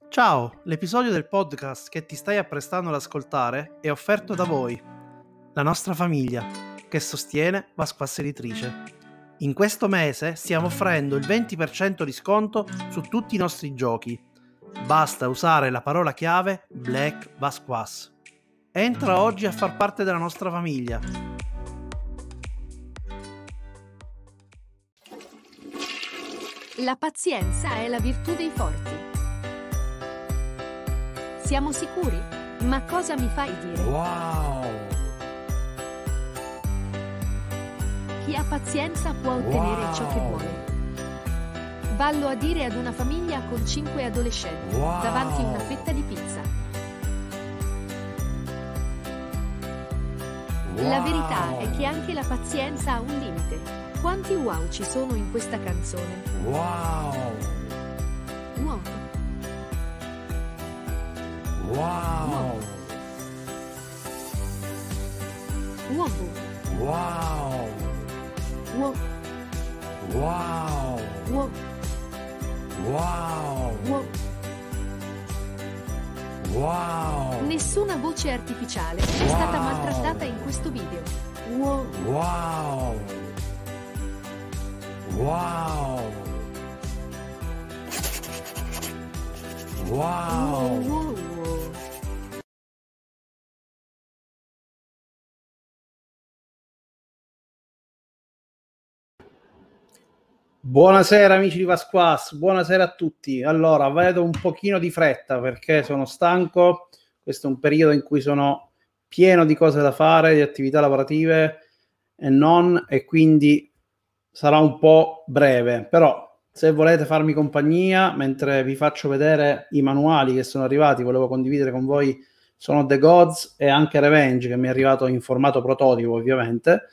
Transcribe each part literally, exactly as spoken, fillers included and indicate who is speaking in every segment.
Speaker 1: Ciao, l'episodio del podcast che ti stai apprestando ad ascoltare è offerto da voi, la nostra famiglia, che sostiene Vasquas Editrice. In questo mese stiamo offrendo il venti per cento di sconto su tutti i nostri giochi. Basta usare la parola chiave Black Vasquas. Entra oggi a far parte della nostra famiglia.
Speaker 2: La pazienza è la virtù dei forti. Siamo sicuri? Ma cosa mi fai dire?
Speaker 3: Wow!
Speaker 2: Chi ha pazienza può ottenere
Speaker 3: Wow.
Speaker 2: ciò che vuole. Vallo a dire ad una famiglia con cinque adolescenti,
Speaker 3: Wow.
Speaker 2: davanti una fetta di pizza. La
Speaker 3: Wow.
Speaker 2: verità è che anche la pazienza ha un limite. Quanti wow ci sono in questa canzone?
Speaker 3: Wow!
Speaker 2: Wow,
Speaker 3: Wow!
Speaker 2: wow,
Speaker 3: Wow!
Speaker 2: wow,
Speaker 3: Wow!
Speaker 2: wow,
Speaker 3: Wow!
Speaker 2: wow.
Speaker 3: Wow!
Speaker 2: Nessuna voce artificiale è
Speaker 3: Wow.
Speaker 2: stata maltrattata in questo video. Wow.
Speaker 3: Wow! Wow!
Speaker 2: Wow,
Speaker 3: Wow!
Speaker 2: wow, wow.
Speaker 1: Buonasera amici di Vasquas, buonasera a tutti. Allora, vedo un pochino di fretta perché sono stanco, questo è un periodo in cui sono pieno di cose da fare, di attività lavorative e non, e quindi sarà un po' breve, però se volete farmi compagnia mentre vi faccio vedere i manuali che sono arrivati, volevo condividere con voi, sono The Gods e anche Revenge che mi è arrivato in formato prototipo ovviamente,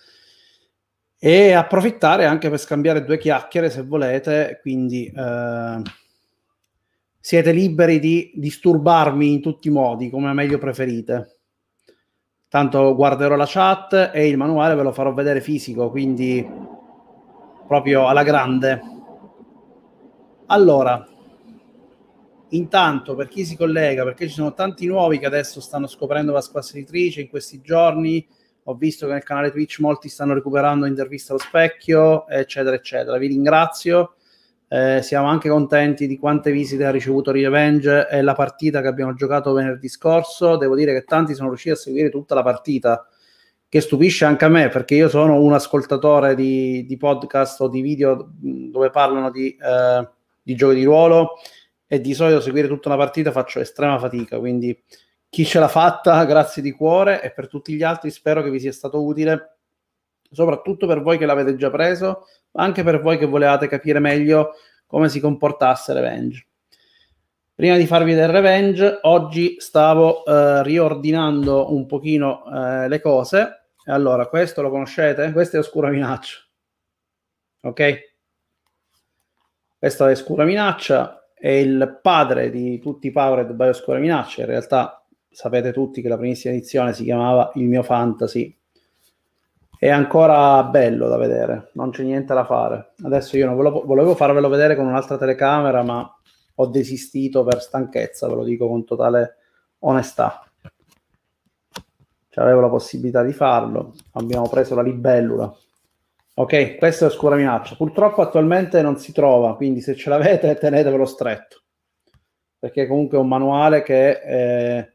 Speaker 1: e approfittare anche per scambiare due chiacchiere se volete, quindi eh, siete liberi di disturbarmi in tutti i modi come meglio preferite. Tanto guarderò la chat e il manuale ve lo farò vedere fisico, quindi proprio alla grande. Allora, intanto per chi si collega, perché ci sono tanti nuovi che adesso stanno scoprendo Vasquas Editrice in questi giorni, ho visto che nel canale Twitch molti stanno recuperando Intervista allo Specchio, eccetera, eccetera. Vi ringrazio, eh, siamo anche contenti di quante visite ha ricevuto Revenge e la partita che abbiamo giocato venerdì scorso. Devo dire che tanti sono riusciti a seguire tutta la partita, che stupisce anche a me, perché io sono un ascoltatore di, di podcast o di video dove parlano di, eh, di giochi di ruolo, e di solito seguire tutta una partita faccio estrema fatica, quindi chi ce l'ha fatta, grazie di cuore, e per tutti gli altri spero che vi sia stato utile, soprattutto per voi che l'avete già preso, ma anche per voi che volevate capire meglio come si comportasse Revenge. Prima di farvi del Revenge, oggi stavo eh, riordinando un pochino eh, le cose. Allora, questo lo conoscete? Questo è Oscura Minaccia. Ok? Questo è Oscura Minaccia, è il padre di tutti i Powered by Oscura Minaccia. In realtà sapete tutti che la primissima edizione si chiamava Il mio fantasy. È ancora bello da vedere, non c'è niente da fare. Adesso io non ve lo, volevo farvelo vedere con un'altra telecamera, ma ho desistito per stanchezza, ve lo dico con totale onestà. Cioè, avevo la possibilità di farlo, abbiamo preso la libellula. Ok, questo è Oscura Minaccia. Purtroppo attualmente non si trova, quindi se ce l'avete tenetevelo stretto, perché comunque è un manuale che eh,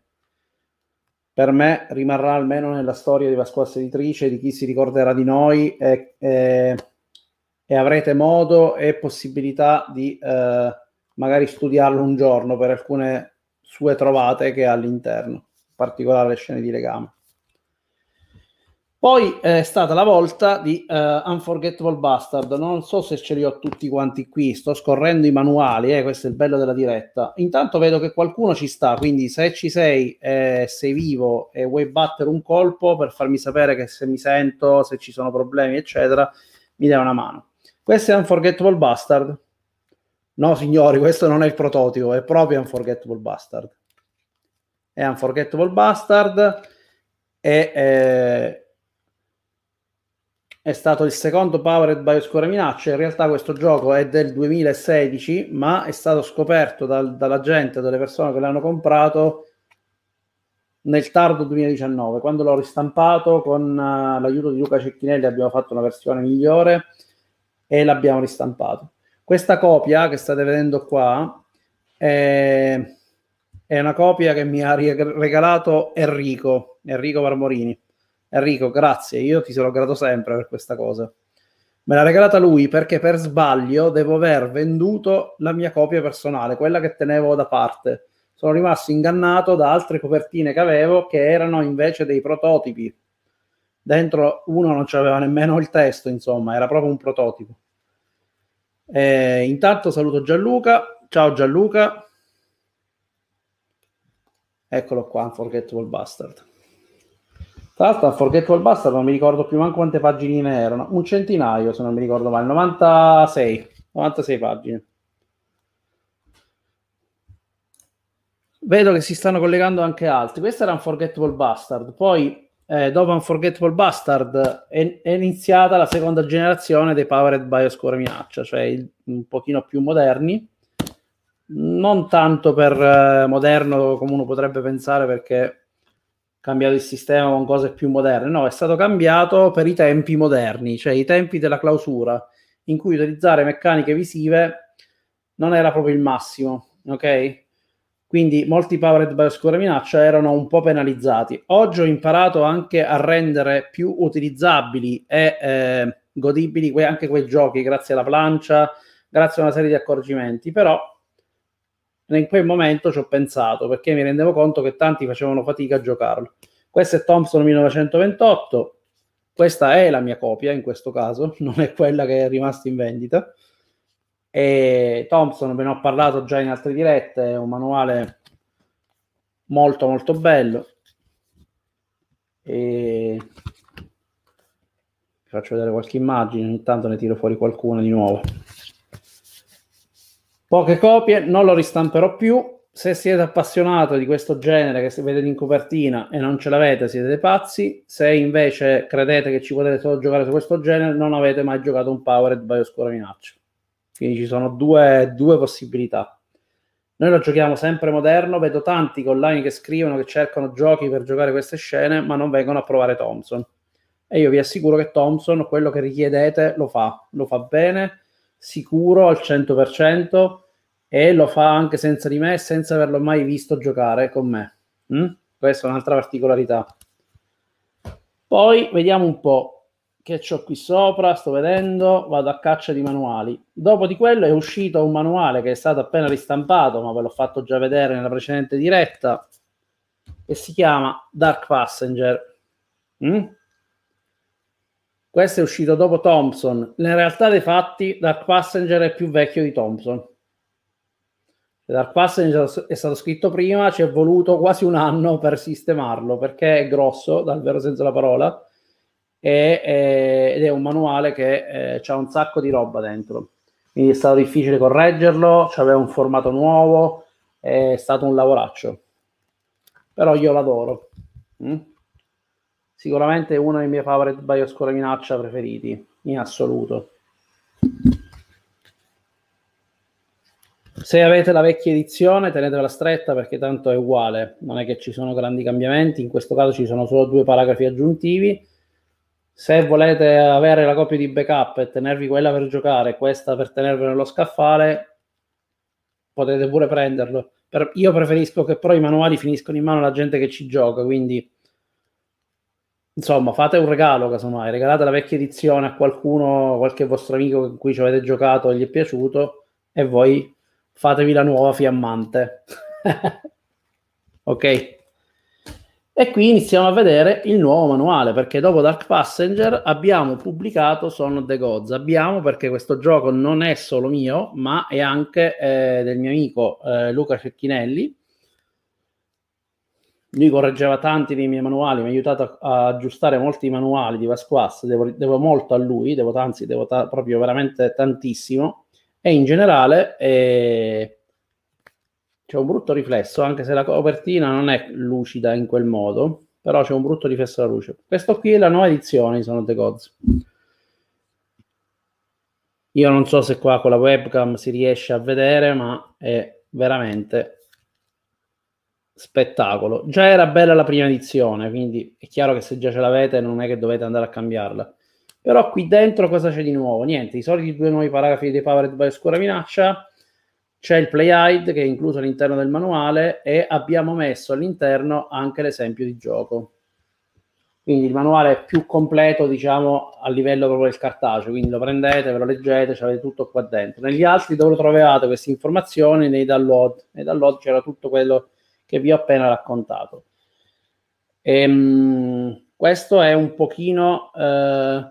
Speaker 1: per me rimarrà almeno nella storia di Vasquas Editrice, di chi si ricorderà di noi, e, e, e avrete modo e possibilità di eh, magari studiarlo un giorno per alcune sue trovate che ha all'interno, in particolare le scene di legame. Poi è stata la volta di uh, Unforgettable Bastard. Non so se ce li ho tutti quanti qui, sto scorrendo i manuali, eh, questo è il bello della diretta. Intanto vedo che qualcuno ci sta, quindi se ci sei, eh, sei vivo e vuoi battere un colpo per farmi sapere che se mi sento, se ci sono problemi, eccetera, mi dai una mano. Questo è Unforgettable Bastard? No, signori, questo non è il prototipo, è proprio Unforgettable Bastard. È Unforgettable Bastard e... Eh, è stato il secondo Powered by Oscura Minaccia. In realtà questo gioco è del duemilasedici, ma è stato scoperto dal, dalla gente, dalle persone che l'hanno comprato nel tardo duemiladiciannove, quando l'ho ristampato con uh, l'aiuto di Luca Cecchinelli. Abbiamo fatto una versione migliore e l'abbiamo ristampato. Questa copia che state vedendo qua è, è una copia che mi ha regalato Enrico Enrico Marmorini. Enrico, grazie, io ti sarò grato sempre per questa cosa. Me l'ha regalata lui perché per sbaglio devo aver venduto la mia copia personale, quella che tenevo da parte. Sono rimasto ingannato da altre copertine che avevo, che erano invece dei prototipi. Dentro uno non c'aveva nemmeno il testo, insomma, era proprio un prototipo. Eh, intanto saluto Gianluca. Ciao Gianluca. Eccolo qua, Unforgettable Bastard. Tra l'altro Unforgettable Bastard non mi ricordo più manco quante pagine erano, un centinaio se non mi ricordo male, novantasei pagine. Vedo che si stanno collegando anche altri. Questo era Unforgettable Bastard, poi eh, dopo Unforgettable Bastard è, è iniziata la seconda generazione dei Powered by Oscura Minaccia, cioè il, un pochino più moderni, non tanto per eh, moderno come uno potrebbe pensare, perché cambiato il sistema con cose più moderne. No, è stato cambiato per i tempi moderni, cioè i tempi della clausura, in cui utilizzare meccaniche visive non era proprio il massimo, ok? Quindi molti Powered by Oscura Minaccia erano un po' penalizzati. Oggi ho imparato anche a rendere più utilizzabili e eh, godibili que- anche quei giochi, grazie alla plancia, grazie a una serie di accorgimenti, però in quel momento ci ho pensato, perché mi rendevo conto che tanti facevano fatica a giocarlo. Questo è Thompson millenovecentoventotto, questa è la mia copia in questo caso, non è quella che è rimasta in vendita. E Thompson, ve ne ho parlato già in altre dirette, è un manuale molto molto bello. E vi faccio vedere qualche immagine, ogni tanto ne tiro fuori qualcuna di nuovo. Poche copie, non lo ristamperò più. Se siete appassionati di questo genere che si vede in copertina e non ce l'avete, siete dei pazzi. Se invece credete che ci potete solo giocare su questo genere, non avete mai giocato un Powered by Oscura Minaccia. Quindi ci sono due, due possibilità. Noi lo giochiamo sempre moderno. Vedo tanti online che scrivono che cercano giochi per giocare queste scene, ma non vengono a provare Thompson. E io vi assicuro che Thompson, quello che richiedete, lo fa. Lo fa bene, sicuro al cento per cento, e lo fa anche senza di me, senza averlo mai visto giocare con me. Mm? Questa è un'altra particolarità. Poi vediamo un po' che c'ho qui sopra. Sto vedendo, vado a caccia di manuali. Dopo di quello è uscito un manuale che è stato appena ristampato, ma ve l'ho fatto già vedere nella precedente diretta, che si chiama Dark Passenger. Mm? Questo è uscito dopo Thompson. In realtà dei fatti Dark Passenger è più vecchio di Thompson. Dark Passenger è stato scritto prima, ci è voluto quasi un anno per sistemarlo, perché è grosso, dal vero senso della parola, e, e, ed è un manuale che eh, ha un sacco di roba dentro. Quindi è stato difficile correggerlo, c'aveva un formato nuovo, è stato un lavoraccio. Però io l'adoro. Mm? Sicuramente è uno dei miei Powered by Oscura Minaccia preferiti, in assoluto. Se avete la vecchia edizione, tenetela stretta, perché tanto è uguale, non è che ci sono grandi cambiamenti. In questo caso ci sono solo due paragrafi aggiuntivi. Se volete avere la copia di backup e tenervi quella per giocare, questa per tenervi nello scaffale, potete pure prenderlo. Per, io preferisco che però i manuali finiscono in mano alla gente che ci gioca, quindi insomma fate un regalo, casomai regalate la vecchia edizione a qualcuno, qualche vostro amico con cui ci avete giocato e gli è piaciuto, e voi fatevi la nuova fiammante. Ok? E qui iniziamo a vedere il nuovo manuale, perché dopo Dark Passenger abbiamo pubblicato Son of the Gods. Abbiamo, perché questo gioco non è solo mio, ma è anche eh, del mio amico eh, Luca Cecchinelli. Lui correggeva tanti dei miei manuali, mi ha aiutato a, a aggiustare molti manuali di Vasquas. Devo, devo molto a lui, devo, anzi devo ta- proprio veramente tantissimo. E in generale eh, c'è un brutto riflesso, anche se la copertina non è lucida in quel modo, però c'è un brutto riflesso alla luce. Questo qui è la nuova edizione di Son of the Gods. Io non so se qua con la webcam si riesce a vedere, ma è veramente spettacolo. Già era bella la prima edizione, quindi è chiaro che se già ce l'avete non è che dovete andare a cambiarla. Però qui dentro cosa c'è di nuovo? Niente, i soliti due nuovi paragrafi dei Powered by Oscura Minaccia, c'è il Play Hide che è incluso all'interno del manuale e abbiamo messo all'interno anche l'esempio di gioco. Quindi il manuale è più completo, diciamo, a livello proprio del cartaceo, quindi lo prendete, ve lo leggete, avete tutto qua dentro. Negli altri dove lo trovate queste informazioni? Nei download. Nei download c'era tutto quello che vi ho appena raccontato. Ehm, questo è un pochino eh,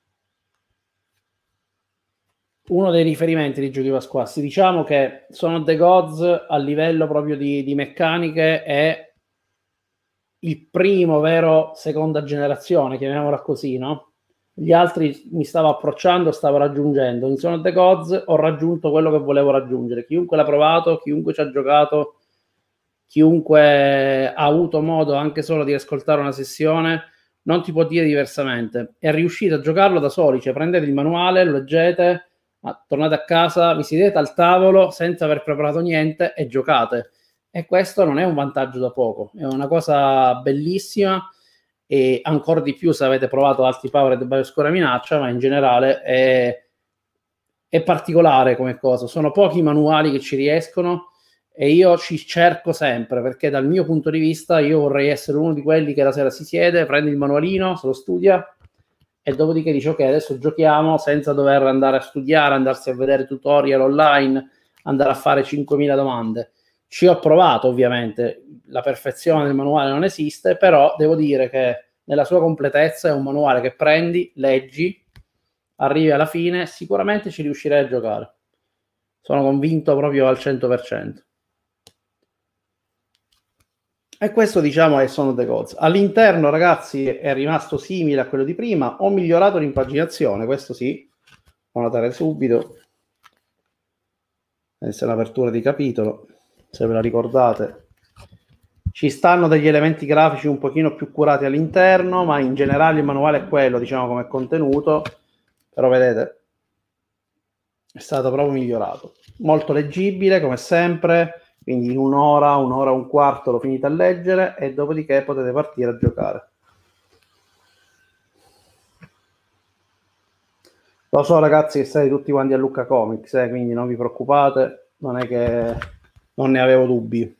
Speaker 1: uno dei riferimenti di giochi pasquassi. Diciamo che sono The Gods a livello proprio di, di meccaniche e il primo vero seconda generazione, chiamiamola così, no? Gli altri mi stavo approcciando, stavo raggiungendo. In Son of the Gods ho raggiunto quello che volevo raggiungere. Chiunque l'ha provato, chiunque ci ha giocato, chiunque ha avuto modo anche solo di ascoltare una sessione, non ti può dire diversamente. È riuscito a giocarlo da soli, cioè prendete il manuale, lo leggete, tornate a casa, vi siedete al tavolo senza aver preparato niente e giocate. E questo non è un vantaggio da poco, è una cosa bellissima e ancora di più se avete provato altri Powered by Oscura Minaccia, ma in generale è, è particolare come cosa. Sono pochi i manuali che ci riescono e io ci cerco sempre, perché dal mio punto di vista io vorrei essere uno di quelli che la sera si siede, prende il manualino, se lo studia e dopodiché dice ok, adesso giochiamo senza dover andare a studiare, andarsi a vedere tutorial online, andare a fare cinquemila domande. Ci ho provato, ovviamente, la perfezione del manuale non esiste, però devo dire che nella sua completezza è un manuale che prendi, leggi, arrivi alla fine, sicuramente ci riuscirai a giocare. Sono convinto proprio al cento per cento. E questo, diciamo, è Son of the Gods. All'interno, ragazzi, è rimasto simile a quello di prima. Ho migliorato l'impaginazione, questo sì, lo notare subito. Questa è un'apertura di capitolo, se ve la ricordate. Ci stanno degli elementi grafici un pochino più curati all'interno, ma in generale il manuale è quello, diciamo, come contenuto, però vedete, è stato proprio migliorato. Molto leggibile, come sempre, quindi in un'ora, un'ora e un quarto lo finite a leggere e dopodiché potete partire a giocare. Lo so, ragazzi, che siete tutti quanti a Lucca Comics, eh, quindi non vi preoccupate, non è che non ne avevo dubbi.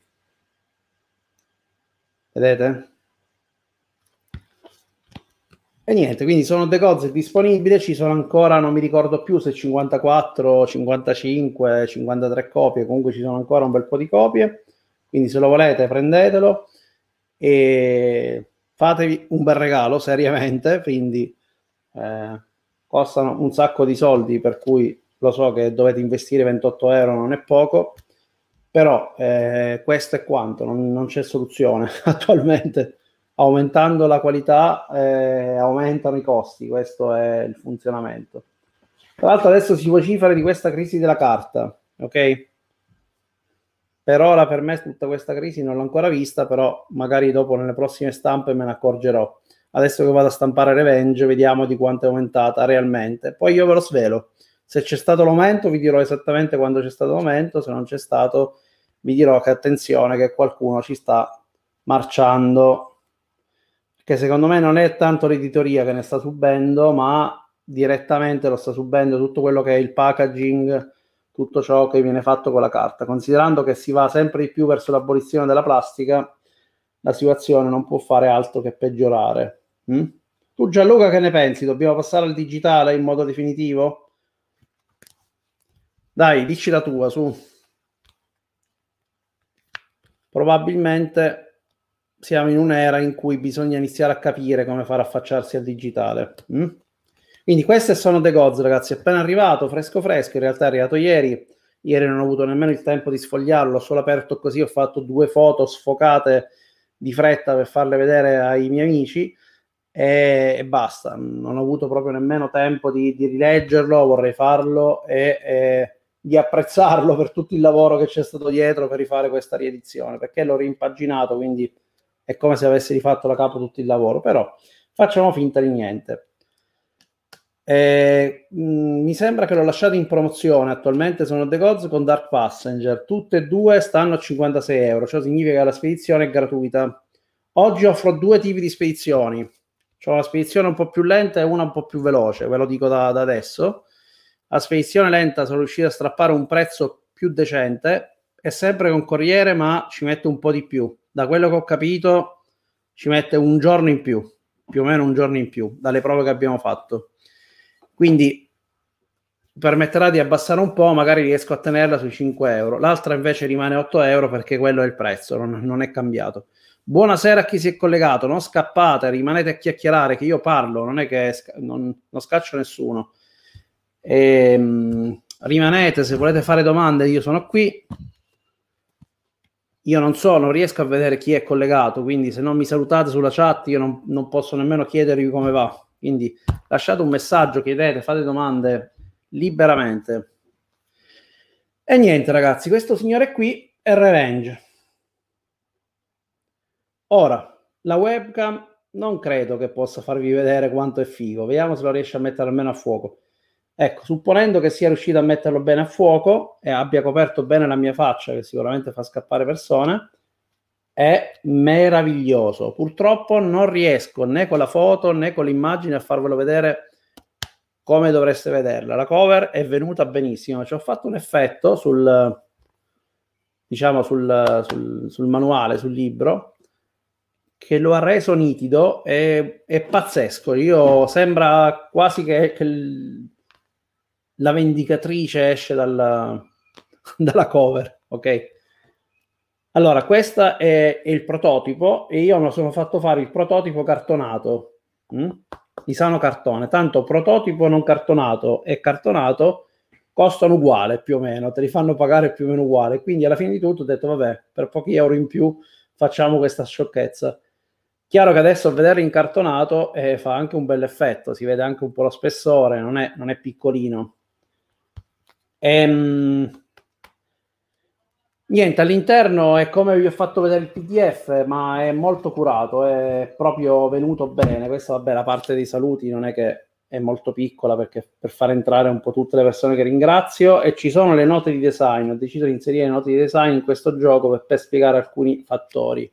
Speaker 1: Vedete? E niente, quindi sono The Gods disponibile, ci sono ancora, non mi ricordo più se cinquantaquattro, cinquantacinque, cinquantatré copie, comunque ci sono ancora un bel po' di copie, quindi se lo volete prendetelo e fatevi un bel regalo, seriamente, quindi eh, costano un sacco di soldi, per cui lo so che dovete investire ventotto euro, non è poco, però eh, questo è quanto, non, non c'è soluzione attualmente. Aumentando la qualità eh, aumentano i costi, questo è il funzionamento. Tra l'altro adesso si vocifera di questa crisi della carta, ok? Per ora per me tutta questa crisi non l'ho ancora vista, però magari dopo nelle prossime stampe me ne accorgerò. Adesso che vado a stampare Revenge vediamo di quanto è aumentata realmente, poi io ve lo svelo. Se c'è stato l'aumento vi dirò esattamente quando c'è stato l'aumento, se non c'è stato vi dirò che attenzione che qualcuno ci sta marciando, che secondo me non è tanto l'editoria che ne sta subendo, ma direttamente lo sta subendo tutto quello che è il packaging, tutto ciò che viene fatto con la carta. Considerando che si va sempre di più verso l'abolizione della plastica, la situazione non può fare altro che peggiorare. Mm? Tu Gianluca che ne pensi? Dobbiamo passare al digitale in modo definitivo? Dai, dici la tua, su. Probabilmente siamo in un'era in cui bisogna iniziare a capire come far affacciarsi al digitale. Mm? Quindi queste sono The Gods, ragazzi, è appena arrivato, fresco fresco, in realtà è arrivato ieri, ieri non ho avuto nemmeno il tempo di sfogliarlo, ho solo aperto così, ho fatto due foto sfocate di fretta per farle vedere ai miei amici e, e basta, non ho avuto proprio nemmeno tempo di, di rileggerlo, vorrei farlo e, e di apprezzarlo per tutto il lavoro che c'è stato dietro per rifare questa riedizione, perché l'ho rimpaginato, quindi è come se avessi rifatto da capo tutto il lavoro, però facciamo finta di niente. Eh, mh, mi sembra che l'ho lasciato in promozione. Attualmente sono The Gods con Dark Passenger, tutte e due stanno a cinquantasei euro, ciò significa che la spedizione è gratuita. Oggi offro due tipi di spedizioni, c'ho una spedizione un po' più lenta e una un po' più veloce, ve lo dico da, da adesso. La spedizione lenta sono riuscito a strappare un prezzo più decente, è sempre con corriere ma ci mette un po' di più, da quello che ho capito ci mette un giorno in più, più o meno un giorno in più dalle prove che abbiamo fatto. Quindi permetterà di abbassare un po', magari riesco a tenerla sui cinque euro. L'altra invece rimane otto euro perché quello è il prezzo, non, non è cambiato. Buonasera a chi si è collegato, non scappate, rimanete a chiacchierare che io parlo, non è che sc- non, non scaccio nessuno. Ehm, rimanete, se volete fare domande io sono qui. Io non so, non riesco a vedere chi è collegato, quindi se non mi salutate sulla chat io non, non posso nemmeno chiedervi come va. Quindi lasciate un messaggio, chiedete, fate domande liberamente. E niente ragazzi, questo signore qui è Revenge. Ora, la webcam non credo che possa farvi vedere quanto è figo. Vediamo se lo riesce a mettere almeno a fuoco. Ecco, supponendo che sia riuscito a metterlo bene a fuoco e abbia coperto bene la mia faccia, che sicuramente fa scappare persone, è meraviglioso. Purtroppo non riesco né con la foto né con l'immagine a farvelo vedere come dovreste vederla. La cover è venuta benissimo, ci ho fatto un effetto sul, diciamo, sul, sul, sul manuale, sul libro, che lo ha reso nitido, è, è pazzesco. Io sembra quasi che, che il, la vendicatrice esce dalla, dalla cover, ok? Allora, questo è, è il prototipo e io mi sono fatto fare il prototipo cartonato, mm? di sano cartone. Tanto prototipo non cartonato e cartonato costano uguale più o meno, te li fanno pagare più o meno uguale. Quindi alla fine di tutto ho detto, vabbè, per pochi euro in più facciamo questa sciocchezza. Chiaro che adesso a vederlo incartonato eh, fa anche un bel effetto, si vede anche un po' lo spessore, non è, non è piccolino. Ehm... Niente, all'interno è come vi ho fatto vedere il P D F, ma è molto curato, è proprio venuto bene. Questa, vabbè, la parte dei saluti non è che è molto piccola, perché per far entrare un po' tutte le persone che ringrazio, e ci sono le note di design. Ho deciso di inserire le note di design in questo gioco per, per spiegare alcuni fattori.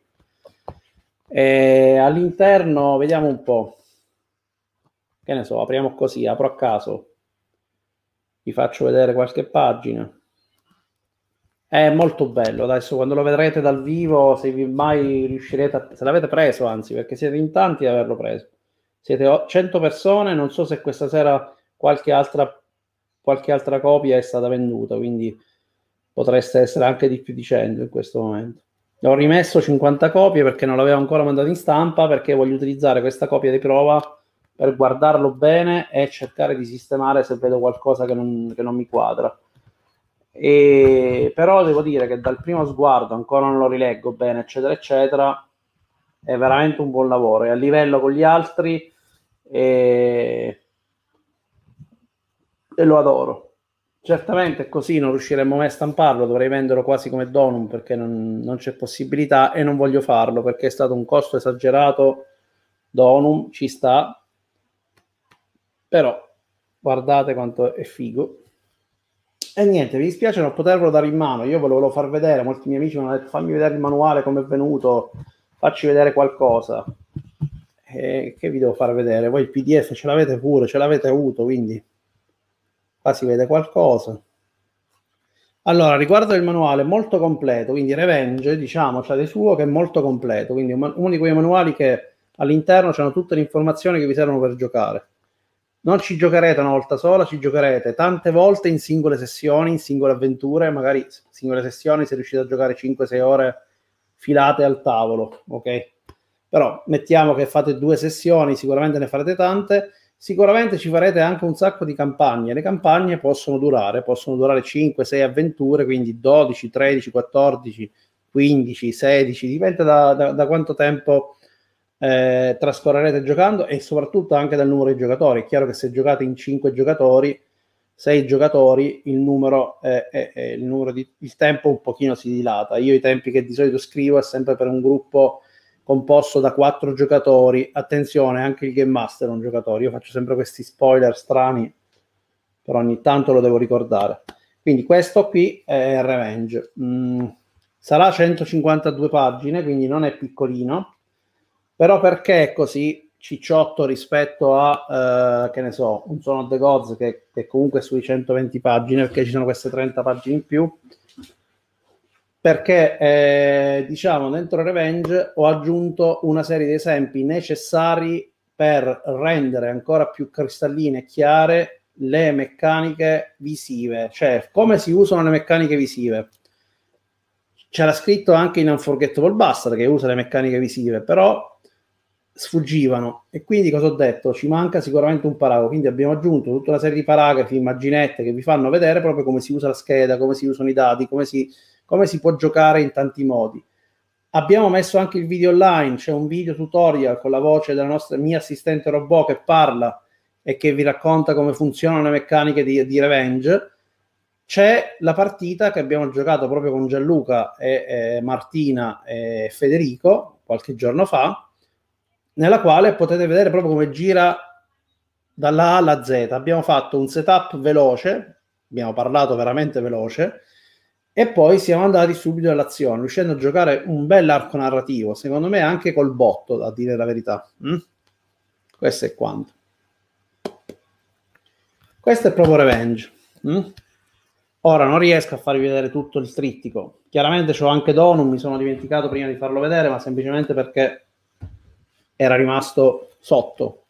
Speaker 1: E all'interno, vediamo un po'. Che ne so, apriamo così, apro a caso. Vi faccio vedere qualche pagina. È molto bello, adesso quando lo vedrete dal vivo, se vi mai riuscirete a... se l'avete preso, anzi, perché siete in tanti ad averlo preso. Siete cento persone, non so se questa sera qualche altra, qualche altra copia è stata venduta, quindi potreste essere anche di più di cento in questo momento. Ho rimesso cinquanta copie perché non l'avevo ancora mandato in stampa, perché voglio utilizzare questa copia di prova per guardarlo bene e cercare di sistemare se vedo qualcosa che non, che non mi quadra. E però devo dire che dal primo sguardo ancora non lo rileggo bene, eccetera eccetera, è veramente un buon lavoro, è a livello con gli altri e, e lo adoro. Certamente così non riusciremmo mai a stamparlo, dovrei venderlo quasi come donum, perché non, non c'è possibilità, e non voglio farlo perché è stato un costo esagerato. Donum ci sta, però guardate quanto è figo. E niente, mi dispiace non potervelo dare in mano, io ve lo volevo far vedere, molti miei amici mi hanno detto fammi vedere il manuale come è venuto, facci vedere qualcosa. E che vi devo far vedere? Voi il P D F ce l'avete pure, ce l'avete avuto, quindi qua si vede qualcosa. Allora, riguardo il manuale, molto completo, quindi Revenge, diciamo, c'ha del suo che è molto completo, quindi uno di quei manuali che all'interno c'hanno tutte le informazioni che vi servono per giocare. Non ci giocherete una volta sola, ci giocherete tante volte in singole sessioni, in singole avventure, magari singole sessioni se riuscite a giocare cinque sei ore filate al tavolo, ok? Però mettiamo che fate due sessioni, sicuramente ne farete tante, sicuramente ci farete anche un sacco di campagne. Le campagne possono durare, possono durare cinque sei avventure, quindi dodici, tredici, quattordici, quindici, sedici, dipende da, da, da quanto tempo Eh, trascorrerete giocando e soprattutto anche dal numero di giocatori. È chiaro che se giocate in cinque giocatori, sei giocatori, il numero, è, è, è il, numero di, il tempo un pochino si dilata. Io i tempi che di solito scrivo è sempre per un gruppo composto da quattro giocatori. Attenzione, anche il Game Master è un giocatore. Io faccio sempre questi spoiler strani, però ogni tanto lo devo ricordare. Quindi questo qui è Revenge. Mm, sarà centocinquantadue pagine, quindi non è piccolino, però perché è così cicciotto rispetto a, eh, che ne so, un Son of the Gods che, che comunque è sui centoventi pagine, perché ci sono queste trenta pagine in più, perché eh, diciamo dentro Revenge ho aggiunto una serie di esempi necessari per rendere ancora più cristalline e chiare le meccaniche visive, cioè come si usano le meccaniche visive. C'era scritto anche in Unforgettable Bastard che usa le meccaniche visive, però sfuggivano, e quindi cosa ho detto? Ci manca sicuramente un paragrafo, quindi abbiamo aggiunto tutta una serie di paragrafi, immaginette che vi fanno vedere proprio come si usa la scheda, come si usano i dati, come si, come si può giocare in tanti modi. Abbiamo messo anche il video online, c'è un video tutorial con la voce della nostra mia assistente robot che parla e che vi racconta come funzionano le meccaniche di, di Revenge. C'è la partita che abbiamo giocato proprio con Gianluca e, e Martina e Federico qualche giorno fa, nella quale potete vedere proprio come gira dalla A alla Z. Abbiamo fatto un setup veloce, abbiamo parlato veramente veloce, e poi siamo andati subito all'azione, riuscendo a giocare un bel arco narrativo, secondo me anche col botto, a dire la verità. Mm? Questo è quanto. Questo è proprio Revenge. Mm? Ora non riesco a farvi vedere tutto il trittico. Chiaramente c'ho anche Donum, mi sono dimenticato prima di farlo vedere, ma semplicemente perché era rimasto sotto.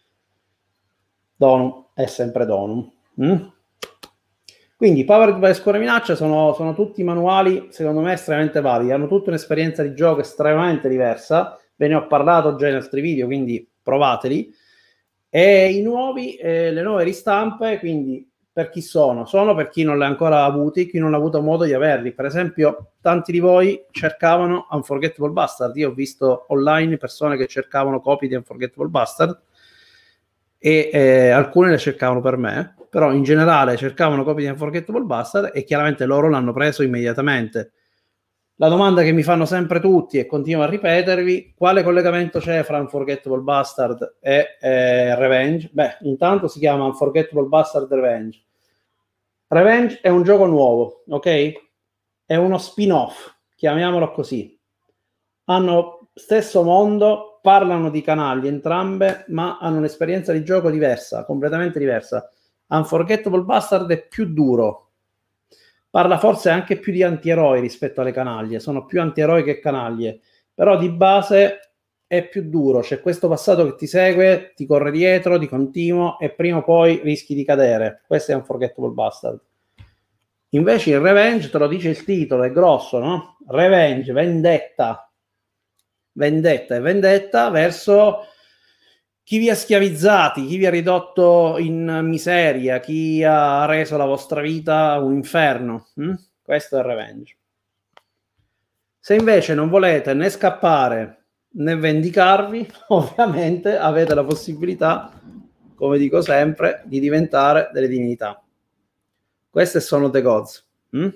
Speaker 1: Donum è sempre Donum. Mm? Quindi Powered by Scuola Minaccia sono, sono tutti manuali, secondo me, estremamente validi. Hanno tutta un'esperienza di gioco estremamente diversa. Ve ne ho parlato già in altri video, quindi provateli. E i nuovi, eh, le nuove ristampe, quindi per chi sono? Sono per chi non li ha ancora avuti, chi non ha avuto modo di averli. Per esempio, tanti di voi cercavano Unforgettable Bastard. Io ho visto online persone che cercavano copie di Unforgettable Bastard e eh, alcune le cercavano per me, però in generale cercavano copie di Unforgettable Bastard e chiaramente loro l'hanno preso immediatamente. La domanda che mi fanno sempre tutti e continuo a ripetervi: quale collegamento c'è fra Unforgettable Bastard e eh, Revenge? Beh, intanto si chiama Unforgettable Bastard Revenge. Revenge è un gioco nuovo, ok? È uno spin-off, chiamiamolo così. Hanno stesso mondo, parlano di canali entrambe, ma hanno un'esperienza di gioco diversa, completamente diversa. Unforgettable Bastard è più duro, parla forse anche più di antieroi rispetto alle canaglie, sono più antieroi che canaglie, però di base è più duro, c'è questo passato che ti segue, ti corre dietro di continuo e prima o poi rischi di cadere. Questo è Unforgettable Bastard. Invece il Revenge, te lo dice il titolo, è grosso, no? Revenge, vendetta. Vendetta e vendetta verso chi vi ha schiavizzati, chi vi ha ridotto in miseria, chi ha reso la vostra vita un inferno. Hm? Questo è Revenge. Se invece non volete né scappare né vendicarvi, ovviamente avete la possibilità, come dico sempre, di diventare delle divinità. Queste sono The Gods. Hm?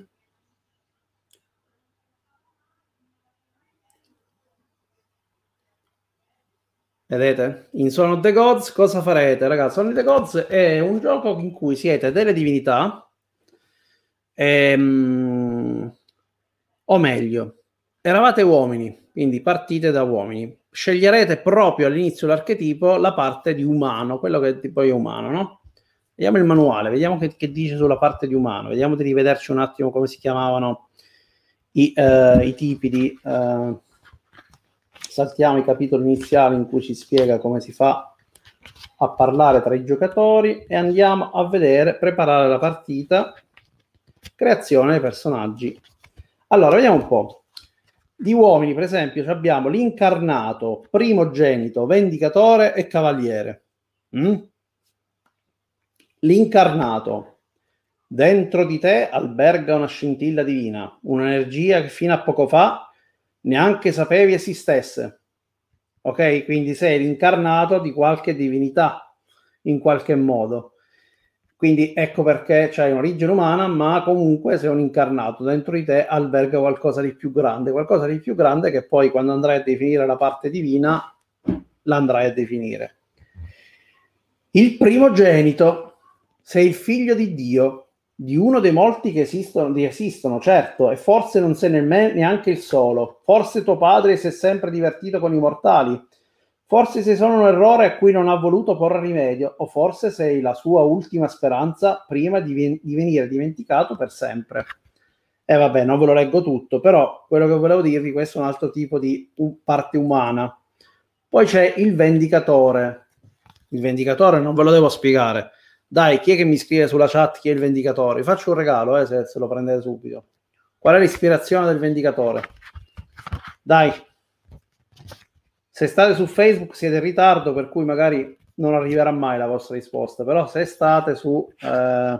Speaker 1: Vedete? In Son of the Gods cosa farete, ragazzi? Son of the Gods è un gioco in cui siete delle divinità, ehm, o meglio, eravate uomini, quindi partite da uomini. Sceglierete proprio all'inizio l'archetipo la parte di umano, quello che poi è umano, no? Vediamo il manuale, vediamo che, che dice sulla parte di umano, vediamo di rivederci un attimo come si chiamavano i, uh, i tipi di... Uh, saltiamo i capitoli iniziali in cui ci spiega come si fa a parlare tra i giocatori e andiamo a vedere, preparare la partita, creazione dei personaggi. Allora, vediamo un po'. Di uomini, per esempio, abbiamo l'incarnato, primogenito, vendicatore e cavaliere. Mm? L'incarnato. Dentro di te alberga una scintilla divina, un'energia che fino a poco fa neanche sapevi esistesse. Ok? Quindi sei l'incarnato di qualche divinità, in qualche modo. Quindi ecco perché c'hai un'origine umana, ma comunque sei un incarnato, dentro di te alberga qualcosa di più grande, qualcosa di più grande che poi quando andrai a definire la parte divina l'andrai a definire. Il primogenito, sei il figlio di Dio, di uno dei molti che esistono, di esistono, certo, e forse non sei nemmeno neanche il solo. Forse tuo padre si è sempre divertito con i mortali. Forse sei solo un errore a cui non ha voluto porre rimedio, o forse sei la sua ultima speranza prima di, ven- di venire dimenticato per sempre. E vabbè, non ve lo leggo tutto, però quello che volevo dirvi, questo è un altro tipo di u- parte umana. Poi c'è il vendicatore. Il vendicatore non ve lo devo spiegare. Dai, chi è che mi scrive sulla chat chi è il vendicatore? Vi faccio un regalo, eh, se, se lo prendete subito. Qual è l'ispirazione del vendicatore? Dai. Se state su Facebook siete in ritardo, per cui magari non arriverà mai la vostra risposta, però se state su, eh,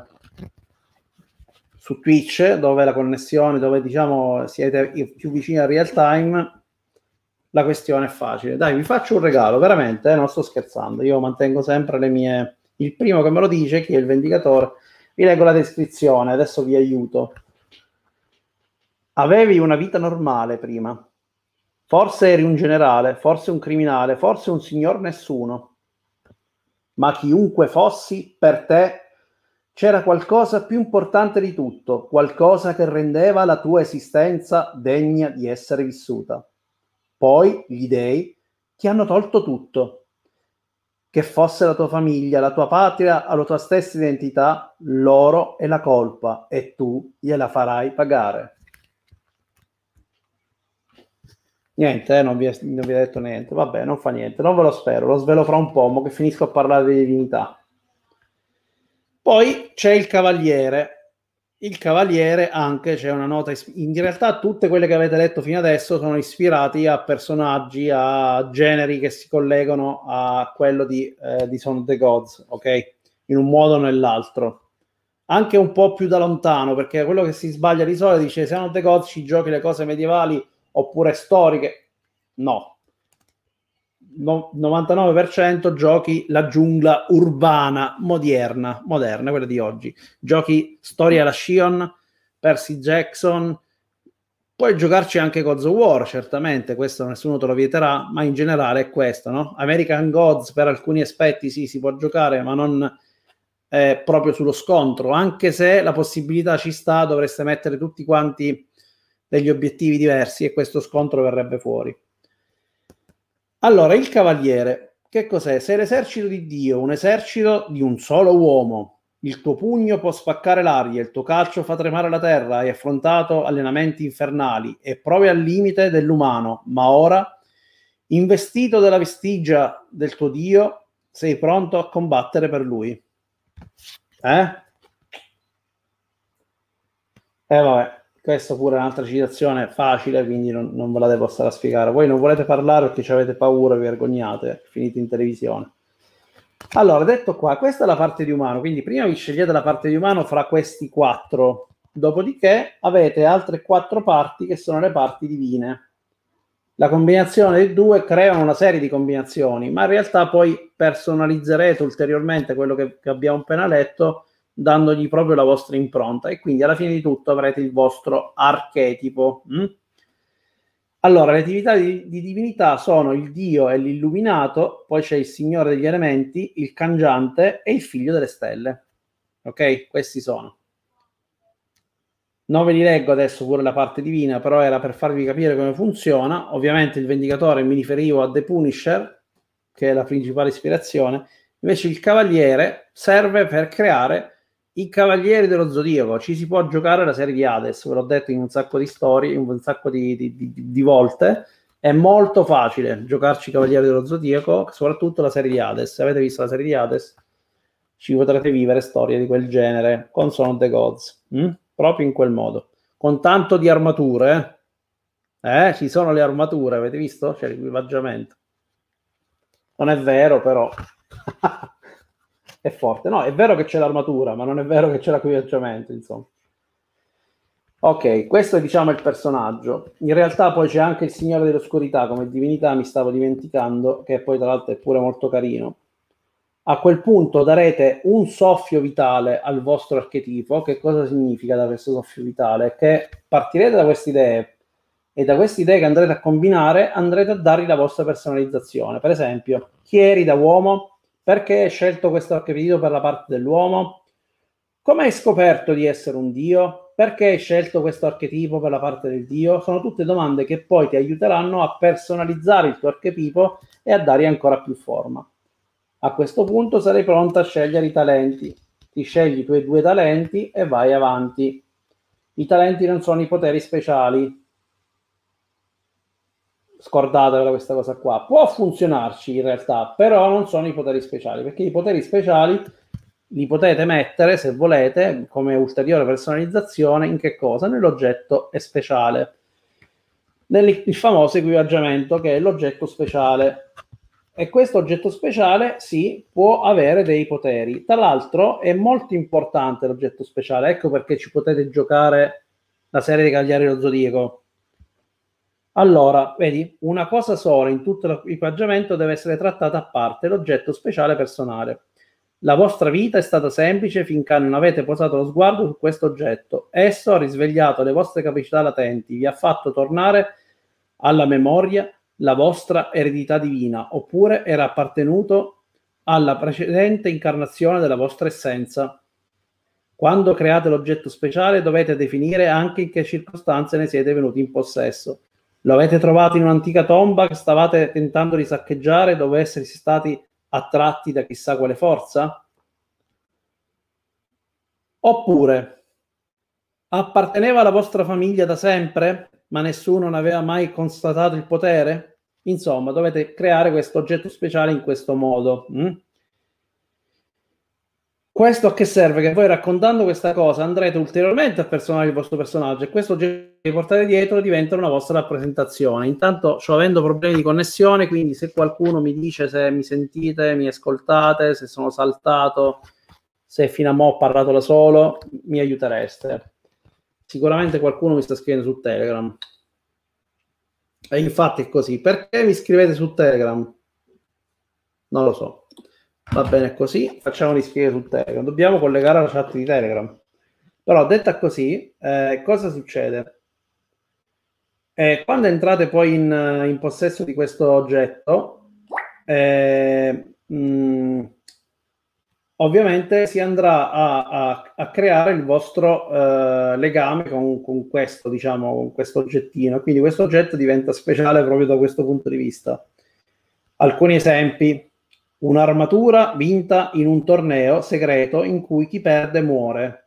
Speaker 1: su Twitch, dove la connessione, dove diciamo siete più vicini al real time, la questione è facile. Dai, vi faccio un regalo, veramente, eh, non sto scherzando, io mantengo sempre le mie... Il primo che me lo dice, chi è il vendicatore, vi leggo la descrizione, adesso vi aiuto. Avevi una vita normale prima. Forse eri un generale, forse un criminale, forse un signor nessuno. Ma chiunque fossi, per te c'era qualcosa più importante di tutto, qualcosa che rendeva la tua esistenza degna di essere vissuta. Poi gli dei ti hanno tolto tutto. Che fosse la tua famiglia, la tua patria, la tua stessa identità, loro è la colpa e tu gliela farai pagare. Niente, eh, non, vi è, non vi ho detto niente. Vabbè, non fa niente, non ve lo spero, lo svelo fra un po', mo che finisco a parlare di divinità. Poi c'è il cavaliere. Il cavaliere anche c'è una nota, in realtà tutte quelle che avete letto fino adesso sono ispirati a personaggi, a generi che si collegano a quello di, eh, di Son of the Gods, ok? In un modo o nell'altro. Anche un po' più da lontano, perché quello che si sbaglia di solito dice Son of the Gods ci giochi le cose medievali oppure storiche. No. No, novantanove per cento giochi la giungla urbana moderna, moderna, quella di oggi. Giochi storia alla Shion, Percy Jackson, puoi giocarci anche Gods of War, certamente, questo nessuno te lo vieterà, ma in generale è questo, no? American Gods per alcuni aspetti sì, si può giocare, ma non eh, proprio sullo scontro, anche se la possibilità ci sta, dovreste mettere tutti quanti degli obiettivi diversi e questo scontro verrebbe fuori. Allora, il cavaliere, che cos'è? Sei l'esercito di Dio, un esercito di un solo uomo. Il tuo pugno può spaccare l'aria, il tuo calcio fa tremare la terra, hai affrontato allenamenti infernali e prove al limite dell'umano, ma ora, investito della vestigia del tuo Dio, sei pronto a combattere per lui. Eh? Eh vabbè. Questa pure è un'altra citazione facile, quindi non, non ve la devo stare a spiegare. Voi non volete parlare perché ci avete paura, vi vergognate, finite in televisione. Allora, detto qua, questa è la parte di umano, quindi prima vi scegliete la parte di umano fra questi quattro, dopodiché avete altre quattro parti che sono le parti divine. La combinazione dei due crea una serie di combinazioni, ma in realtà poi personalizzerete ulteriormente quello che, che abbiamo appena letto, dandogli proprio la vostra impronta e quindi alla fine di tutto avrete il vostro archetipo. Mm? Allora, le attività di, di divinità sono il Dio e l'illuminato, poi c'è il Signore degli elementi, il cangiante e il Figlio delle stelle. Ok? Questi sono. Non ve li leggo adesso pure la parte divina, però era per farvi capire come funziona. Ovviamente il Vendicatore mi riferivo a The Punisher, che è la principale ispirazione. Invece il Cavaliere serve per creare i Cavalieri dello Zodiaco. Ci si può giocare la serie di Hades, ve l'ho detto in un sacco di storie, in un sacco di, di, di, di volte. È molto facile giocarci i Cavalieri dello Zodiaco, soprattutto la serie di Hades. Se avete visto la serie di Hades, ci potrete vivere storie di quel genere con Son of the Gods, hm? Proprio in quel modo. Con tanto di armature, eh? Eh, ci sono le armature, avete visto? C'è l'equipaggiamento. Non è vero, però... è forte. No, è vero che c'è l'armatura, ma non è vero che c'è l'equipaggiamento, insomma. Ok, questo è diciamo il personaggio. In realtà poi c'è anche il Signore dell'Oscurità come divinità, mi stavo dimenticando, che poi tra l'altro è pure molto carino. A quel punto darete un soffio vitale al vostro archetipo. Che cosa significa da questo soffio vitale? Che partirete da queste idee e da queste idee che andrete a combinare andrete a dargli la vostra personalizzazione. Per esempio, chi eri da uomo? Perché hai scelto questo archetipo per la parte dell'uomo? Come hai scoperto di essere un dio? Perché hai scelto questo archetipo per la parte del dio? Sono tutte domande che poi ti aiuteranno a personalizzare il tuo archetipo e a dargli ancora più forma. A questo punto sarai pronta a scegliere i talenti. Ti scegli i tuoi due talenti e vai avanti. I talenti non sono i poteri speciali. Scordatevela questa cosa qua. Può funzionarci in realtà, però non sono i poteri speciali, perché i poteri speciali li potete mettere, se volete, come ulteriore personalizzazione, in che cosa? Nell'oggetto è speciale. Nel il famoso equipaggiamento, che è l'oggetto speciale. E questo oggetto speciale, sì, può avere dei poteri. Tra l'altro è molto importante l'oggetto speciale, ecco perché ci potete giocare la serie dei Cavalieri dello Zodiaco. Allora, vedi, una cosa sola in tutto l'equipaggiamento deve essere trattata a parte, l'oggetto speciale personale. La vostra vita è stata semplice finché non avete posato lo sguardo su questo oggetto. Esso ha risvegliato le vostre capacità latenti, vi ha fatto tornare alla memoria la vostra eredità divina, oppure era appartenuto alla precedente incarnazione della vostra essenza. Quando create l'oggetto speciale dovete definire anche in che circostanze ne siete venuti in possesso. Lo avete trovato in un'antica tomba che stavate tentando di saccheggiare, dove essere stati attratti da chissà quale forza? Oppure apparteneva alla vostra famiglia da sempre, ma nessuno ne aveva mai constatato il potere? Insomma, dovete creare questo oggetto speciale in questo modo. Mm? Questo a che serve? Che voi raccontando questa cosa andrete ulteriormente a personalizzare il vostro personaggio e questo oggetto che portate dietro diventa una vostra rappresentazione. Intanto sto avendo problemi di connessione, quindi se qualcuno mi dice se mi sentite, mi ascoltate, se sono saltato, se fino a mo' ho parlato da solo, mi aiutereste. Sicuramente qualcuno mi sta scrivendo su Telegram. E infatti è così. Perché mi scrivete su Telegram? Non lo so. Va bene così, facciamo iscrivere su Telegram. Dobbiamo collegare la chat di Telegram. Però detta così, eh, cosa succede? Eh, quando entrate poi in, in possesso di questo oggetto, eh, mh, ovviamente si andrà a, a, a creare il vostro eh, legame con, con questo, diciamo, con questo oggettino. Quindi questo oggetto diventa speciale proprio da questo punto di vista. Alcuni esempi. Un'armatura vinta in un torneo segreto in cui chi perde muore.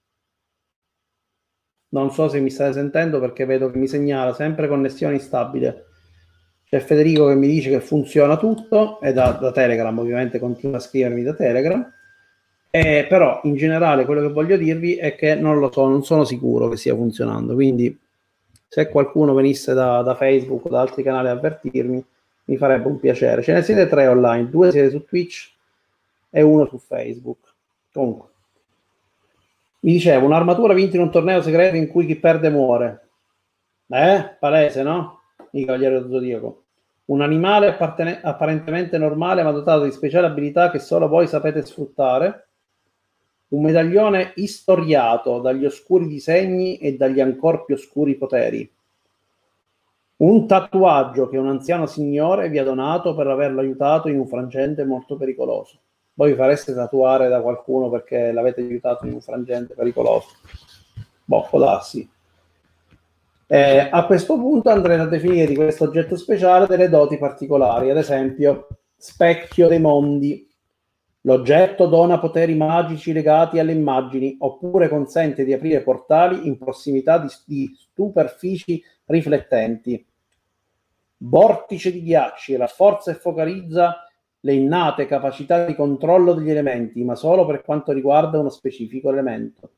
Speaker 1: Non so se mi state sentendo perché vedo che mi segnala sempre connessione instabile. C'è Federico che mi dice che funziona tutto, e da, da Telegram ovviamente continua a scrivermi da Telegram. Eh, però in generale quello che voglio dirvi è che non lo so, non sono sicuro che stia funzionando. Quindi se qualcuno venisse da, da Facebook o da altri canali a avvertirmi, mi farebbe un piacere. Ce ne siete tre online, due siete su Twitch e uno su Facebook. Comunque, mi dicevo, un'armatura vinta in un torneo segreto in cui chi perde muore. Eh, palese, no? I Cavalieri dello Zodiaco. Un animale apparentemente normale ma dotato di speciali abilità che solo voi sapete sfruttare. Un medaglione istoriato dagli oscuri disegni e dagli ancor più oscuri poteri. Un tatuaggio che un anziano signore vi ha donato per averlo aiutato in un frangente molto pericoloso. Voi vi fareste tatuare da qualcuno perché l'avete aiutato in un frangente pericoloso. Boh, può darsi. Eh, a questo punto andrete a definire di questo oggetto speciale delle doti particolari. Ad esempio, specchio dei mondi. L'oggetto dona poteri magici legati alle immagini, oppure consente di aprire portali in prossimità di, di superfici riflettenti. Vortice di ghiacci, rafforza e focalizza le innate capacità di controllo degli elementi, ma solo per quanto riguarda uno specifico elemento.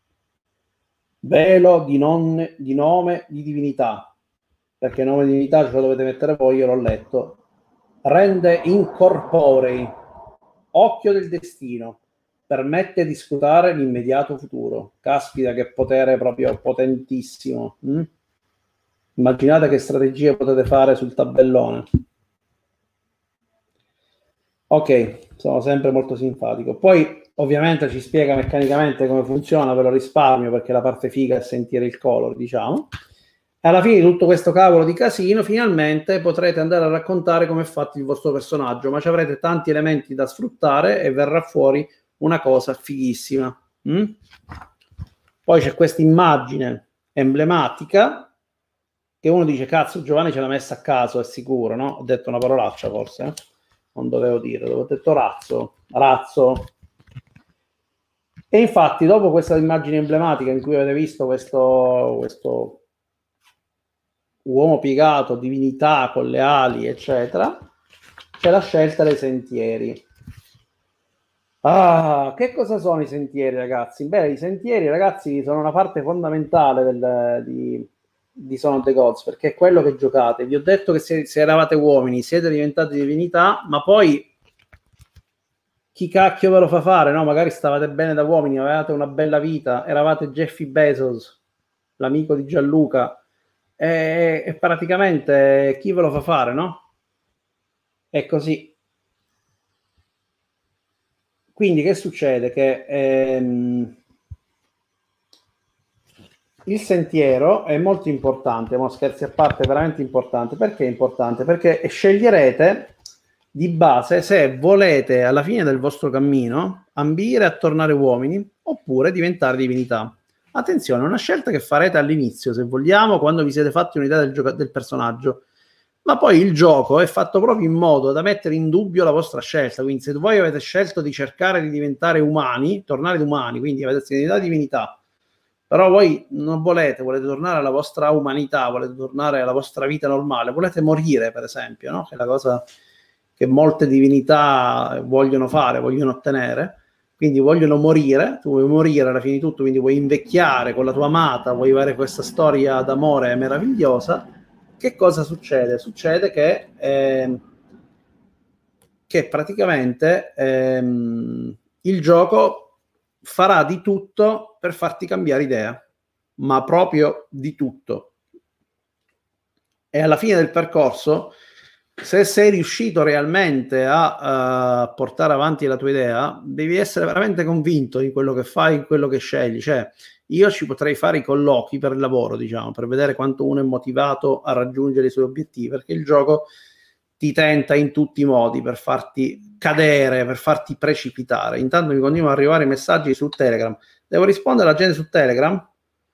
Speaker 1: Velo di, non, di nome di divinità, perché nome di divinità ce lo dovete mettere voi, io l'ho letto. Rende incorporei, occhio del destino, permette di scrutare l'immediato futuro. Caspita, che potere proprio potentissimo. Hm? Immaginate che strategie potete fare sul tabellone. Ok, sono sempre molto simpatico. Poi ovviamente ci spiega meccanicamente come funziona, ve lo risparmio perché la parte figa è sentire il color, diciamo. E alla fine di tutto questo cavolo di casino, finalmente potrete andare a raccontare come è fatto il vostro personaggio, ma ci avrete tanti elementi da sfruttare e verrà fuori una cosa fighissima. Mm? Poi c'è questa immagine emblematica che uno dice, cazzo, Giovanni ce l'ha messa a caso, è sicuro, no? Ho detto una parolaccia forse, eh? Non dovevo dire, ho detto razzo, razzo. E infatti dopo questa immagine emblematica in cui avete visto questo, questo uomo piegato, divinità con le ali, eccetera, c'è la scelta dei sentieri. Ah, che cosa sono i sentieri, ragazzi? Beh, i sentieri, ragazzi, sono una parte fondamentale del, di, di Son of the Gods, perché è quello che giocate. Vi ho detto che se, se eravate uomini, siete diventati divinità, ma poi chi cacchio ve lo fa fare, no? Magari stavate bene da uomini, avevate una bella vita, eravate Jeffy Bezos, l'amico di Gianluca, e, e praticamente chi ve lo fa fare, no? È così. Quindi che succede? Che ehm, il sentiero è molto importante, ma scherzi a parte, è veramente importante. Perché è importante? Perché sceglierete di base se volete alla fine del vostro cammino ambire a tornare uomini oppure diventare divinità. Attenzione, è una scelta che farete all'inizio, se vogliamo, quando vi siete fatti un'idea del, gioco- del personaggio. Ma poi il gioco è fatto proprio in modo da mettere in dubbio la vostra scelta. Quindi se voi avete scelto di cercare di diventare umani, tornare umani, quindi avete identità divinità, però voi non volete, volete tornare alla vostra umanità, volete tornare alla vostra vita normale, volete morire, per esempio, no? Che è la cosa che molte divinità vogliono fare, vogliono ottenere. Quindi vogliono morire, tu vuoi morire alla fine di tutto, quindi vuoi invecchiare con la tua amata, vuoi avere questa storia d'amore meravigliosa. Che cosa succede? Succede che, eh, che praticamente ehm, il gioco farà di tutto per farti cambiare idea, ma proprio di tutto. E alla fine del percorso, se sei riuscito realmente a uh, portare avanti la tua idea, devi essere veramente convinto in quello che fai, in quello che scegli. Cioè, io ci potrei fare i colloqui per il lavoro, diciamo, per vedere quanto uno è motivato a raggiungere i suoi obiettivi, perché il gioco ti tenta in tutti i modi per farti cadere, per farti precipitare. Intanto mi continuano ad arrivare i messaggi su Telegram. Devo rispondere alla gente su Telegram?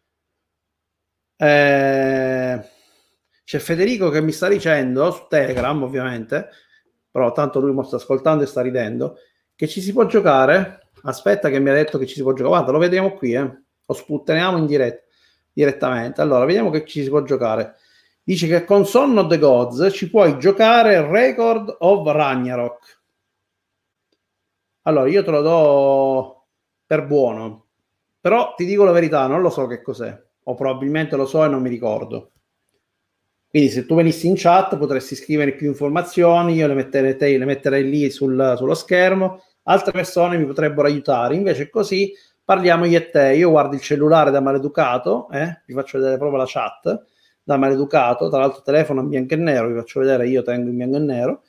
Speaker 1: Eh... C'è Federico che mi sta dicendo su Telegram, ovviamente, però tanto lui mi sta ascoltando e sta ridendo, che ci si può giocare. Aspetta che mi ha detto che ci si può giocare. Guarda, lo vediamo qui, eh. Lo sputtaniamo in diretta, direttamente. Allora, vediamo che ci si può giocare. Dice che con Son of the Gods ci puoi giocare Record of Ragnarok. Allora, io te lo do per buono, però ti dico la verità, non lo so che cos'è, o probabilmente lo so e non mi ricordo. Quindi se tu venissi in chat potresti scrivere più informazioni, io le metterei, le metterei lì sul, sullo schermo, altre persone mi potrebbero aiutare, invece così parliamo io e te, io guardo il cellulare da maleducato, eh? Vi faccio vedere proprio la chat, da maleducato, tra l'altro telefono in bianco e nero, vi faccio vedere, io tengo in bianco e nero.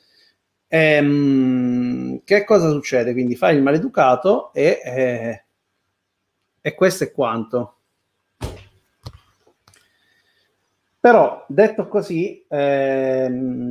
Speaker 1: Ehm, che cosa succede? Quindi fai il maleducato e, eh, e questo è quanto. Però, detto così, ehm,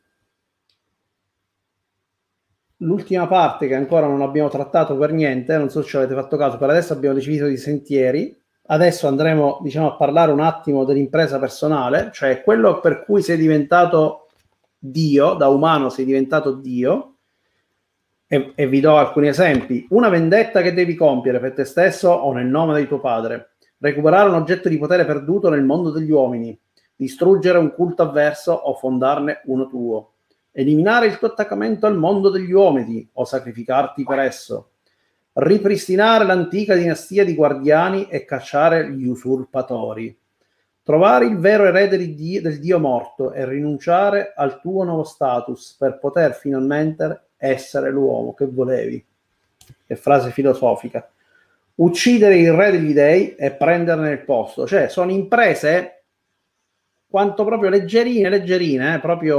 Speaker 1: l'ultima parte che ancora non abbiamo trattato per niente, non so se ci avete fatto caso, per adesso abbiamo deciso di sentieri, adesso andremo, diciamo, a parlare un attimo dell'impresa personale, cioè quello per cui sei diventato Dio, da umano sei diventato Dio, e, e vi do alcuni esempi. Una vendetta che devi compiere per te stesso o nel nome di tuo padre, recuperare un oggetto di potere perduto nel mondo degli uomini, distruggere un culto avverso o fondarne uno tuo, eliminare il tuo attaccamento al mondo degli uomini o sacrificarti per esso, ripristinare l'antica dinastia di guardiani e cacciare gli usurpatori, trovare il vero erede di Dio, del Dio morto e rinunciare al tuo nuovo status per poter finalmente essere l'uomo che volevi. Che frase filosofica. Uccidere il re degli dei e prenderne il posto. Cioè, sono imprese quanto proprio leggerine, leggerine, eh, proprio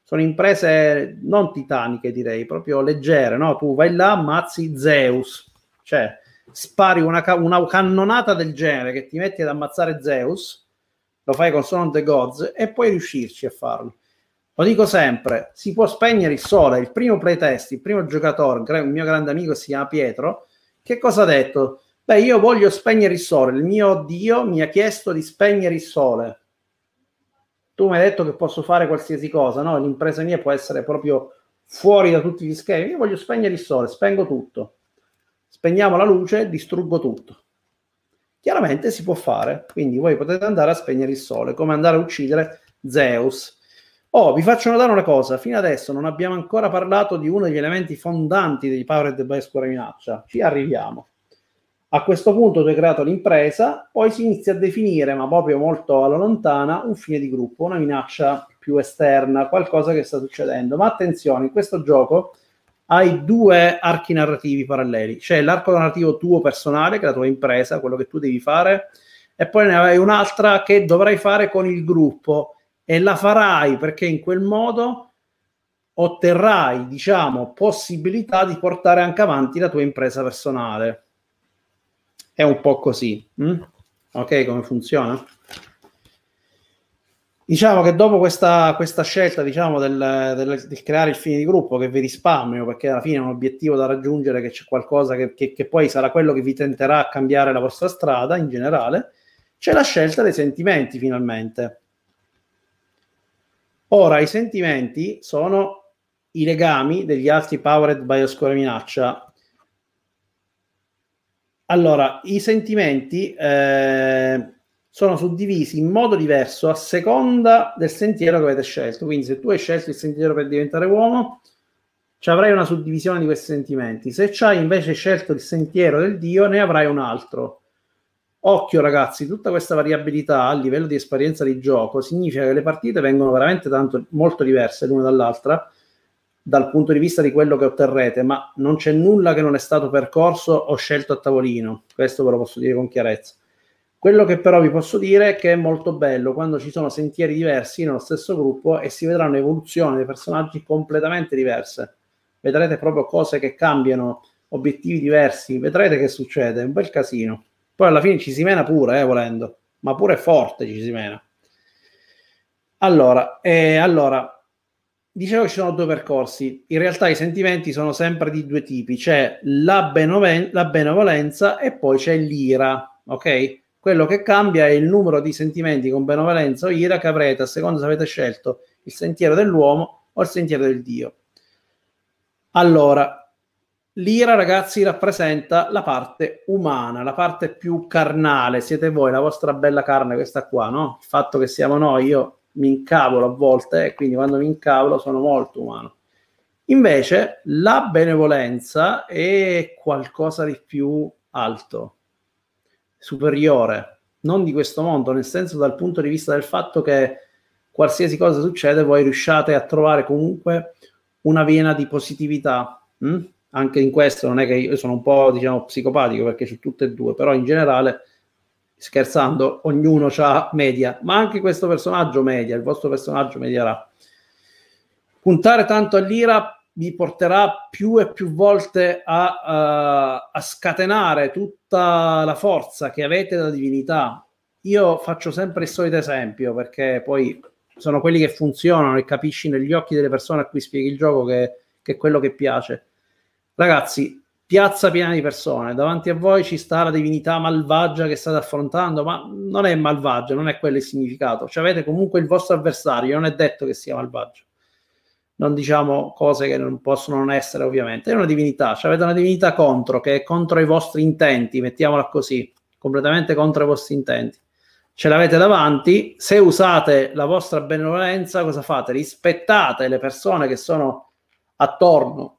Speaker 1: sono imprese non titaniche, direi, proprio leggere, no? Tu vai là, ammazzi Zeus, cioè spari una, una cannonata del genere che ti metti ad ammazzare Zeus, lo fai con Son of the Gods e puoi riuscirci a farlo. Lo dico sempre, si può spegnere il sole. Il primo playtest, il primo giocatore, il mio grande amico si chiama Pietro, che cosa ha detto? Beh, io voglio spegnere il sole, il mio Dio mi ha chiesto di spegnere il sole. Tu mi hai detto che posso fare qualsiasi cosa, no? L'impresa mia può essere proprio fuori da tutti gli schemi. Io voglio spegnere il sole, spengo tutto. Spegniamo la luce, distruggo tutto. Chiaramente si può fare, quindi voi potete andare a spegnere il sole, come andare a uccidere Zeus. Oh, vi faccio notare una cosa, fino adesso non abbiamo ancora parlato di uno degli elementi fondanti dei Powered by Square Minaccia, ci arriviamo. A questo punto tu hai creato l'impresa, poi si inizia a definire, ma proprio molto alla lontana, un fine di gruppo, una minaccia più esterna, qualcosa che sta succedendo. Ma attenzione, in questo gioco hai due archi narrativi paralleli, c'è l'arco narrativo tuo personale, che è la tua impresa, quello che tu devi fare, e poi ne hai un'altra che dovrai fare con il gruppo, e la farai perché in quel modo otterrai, diciamo, possibilità di portare anche avanti la tua impresa personale. È un po' così. Hm? Ok, come funziona? Diciamo che dopo questa, questa scelta, diciamo, del, del, del creare il fine di gruppo, che vi risparmio, perché alla fine è un obiettivo da raggiungere, che c'è qualcosa che, che, che poi sarà quello che vi tenterà a cambiare la vostra strada in generale, c'è la scelta dei sentimenti finalmente. Ora, i sentimenti sono i legami degli altri Powered by Square Minaccia. Allora, i sentimenti eh, sono suddivisi in modo diverso a seconda del sentiero che avete scelto. Quindi se tu hai scelto il sentiero per diventare uomo, ci avrai una suddivisione di questi sentimenti. Se hai invece scelto il sentiero del Dio, ne avrai un altro. Occhio ragazzi, tutta questa variabilità a livello di esperienza di gioco significa che le partite vengono veramente tanto, molto diverse l'una dall'altra dal punto di vista di quello che otterrete, ma non c'è nulla che non è stato percorso o scelto a tavolino, questo ve lo posso dire con chiarezza. Quello che però vi posso dire è che è molto bello quando ci sono sentieri diversi nello stesso gruppo e si vedranno evoluzioni dei personaggi completamente diverse, vedrete proprio cose che cambiano, obiettivi diversi, vedrete che succede, è un bel casino. Poi alla fine ci si mena pure, eh, volendo, ma pure forte ci si mena. Allora, eh, allora, dicevo che ci sono due percorsi. In realtà i sentimenti sono sempre di due tipi. C'è la, benevolen- la benevolenza e poi c'è l'ira, ok? Quello che cambia è il numero di sentimenti con benevolenza o ira che avrete a seconda se avete scelto il sentiero dell'uomo o il sentiero del Dio. Allora, l'ira, ragazzi, rappresenta la parte umana, la parte più carnale. Siete voi, la vostra bella carne, questa qua, no? Il fatto che siamo noi, io mi incavolo a volte e quindi quando mi incavolo sono molto umano. Invece la benevolenza è qualcosa di più alto, superiore, non di questo mondo, nel senso dal punto di vista del fatto che qualsiasi cosa succede voi riusciate a trovare comunque una vena di positività. Hm? Anche in questo non è che io sono un po', diciamo, psicopatico perché c'è tutte e due, però in generale, scherzando, ognuno ha media, ma anche questo personaggio media, il vostro personaggio medierà. Puntare tanto all'ira vi porterà più e più volte a, a, a scatenare tutta la forza che avete da divinità. Io faccio sempre il solito esempio, perché poi sono quelli che funzionano e capisci negli occhi delle persone a cui spieghi il gioco che, che è quello che piace. Ragazzi, piazza piena di persone, davanti a voi ci sta la divinità malvagia che state affrontando, ma non è malvagia, non è quello il significato, cioè avete comunque il vostro avversario, non è detto che sia malvagio, non diciamo cose che non possono non essere, ovviamente è una divinità, cioè avete una divinità contro, che è contro i vostri intenti, mettiamola così, completamente contro i vostri intenti, ce l'avete davanti. Se usate la vostra benevolenza, cosa fate? Rispettate le persone che sono attorno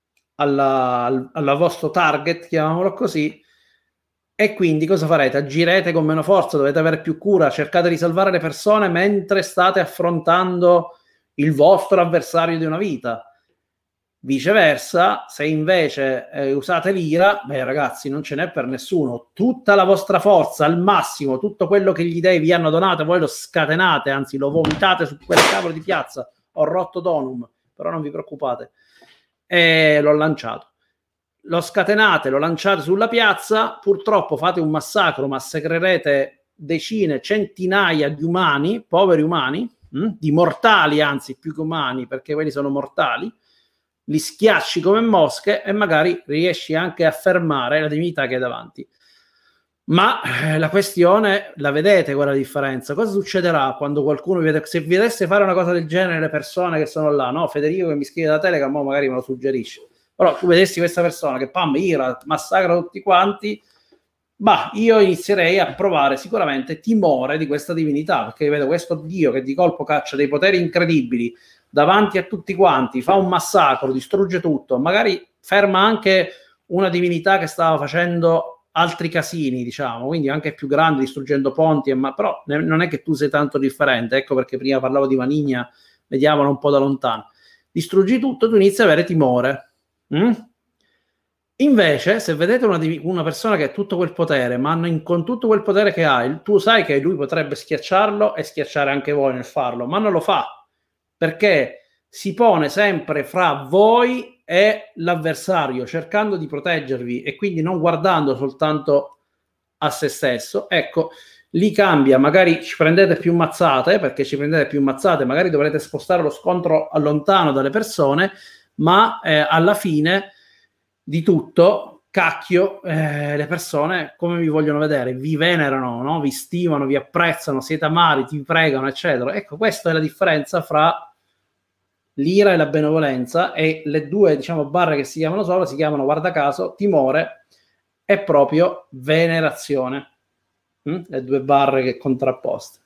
Speaker 1: alla, alla vostro target, chiamiamolo così, e quindi cosa farete? Agirete con meno forza, dovete avere più cura, cercate di salvare le persone mentre state affrontando il vostro avversario di una vita. Viceversa, se invece eh, usate l'ira, beh ragazzi, non ce n'è per nessuno, tutta la vostra forza al massimo, tutto quello che gli dei vi hanno donato, voi lo scatenate, anzi lo vomitate su quel cavolo di piazza ho rotto Donum, però non vi preoccupate, e l'ho lanciato. Lo scatenate, lo lanciate sulla piazza, purtroppo fate un massacro, massacrerete decine, centinaia di umani, poveri umani, mh? di mortali anzi più che umani, perché quelli sono mortali, li schiacci come mosche e magari riesci anche a fermare la divinità che hai davanti. Ma eh, la questione, la vedete quella differenza? Cosa succederà quando qualcuno vede, se vi dovesse fare una cosa del genere le persone che sono là, no? Federico che mi scrive da Telegram, magari me lo suggerisce. Però tu vedessi questa persona che pam, ira, massacra tutti quanti, ma io inizierei a provare sicuramente timore di questa divinità, perché vedo questo Dio che di colpo caccia dei poteri incredibili davanti a tutti quanti, fa un massacro, distrugge tutto, magari ferma anche una divinità che stava facendo altri casini, diciamo, quindi anche più grandi, distruggendo ponti, ma però non è che tu sei tanto differente, ecco perché prima parlavo di Vanigna, vediamolo un po' da lontano. Distruggi tutto, tu inizi a avere timore. Mm? Invece se vedete una, una persona che ha tutto quel potere, ma in, con tutto quel potere che ha, tu sai che lui potrebbe schiacciarlo e schiacciare anche voi nel farlo, ma non lo fa perché si pone sempre fra voi e l'avversario, cercando di proteggervi e quindi non guardando soltanto a se stesso. Ecco, lì cambia, magari ci prendete più mazzate, perché ci prendete più mazzate, magari dovrete spostare lo scontro lontano dalle persone, ma eh, alla fine di tutto, cacchio, eh, le persone come vi vogliono vedere, vi venerano, no? Vi stimano, vi apprezzano, siete amari, ti pregano, eccetera. Ecco, questa è la differenza fra l'ira e la benevolenza, e le due, diciamo, barre che si chiamano solo, si chiamano, guarda caso, timore e proprio venerazione. Mm? Le due barre che contrapposte.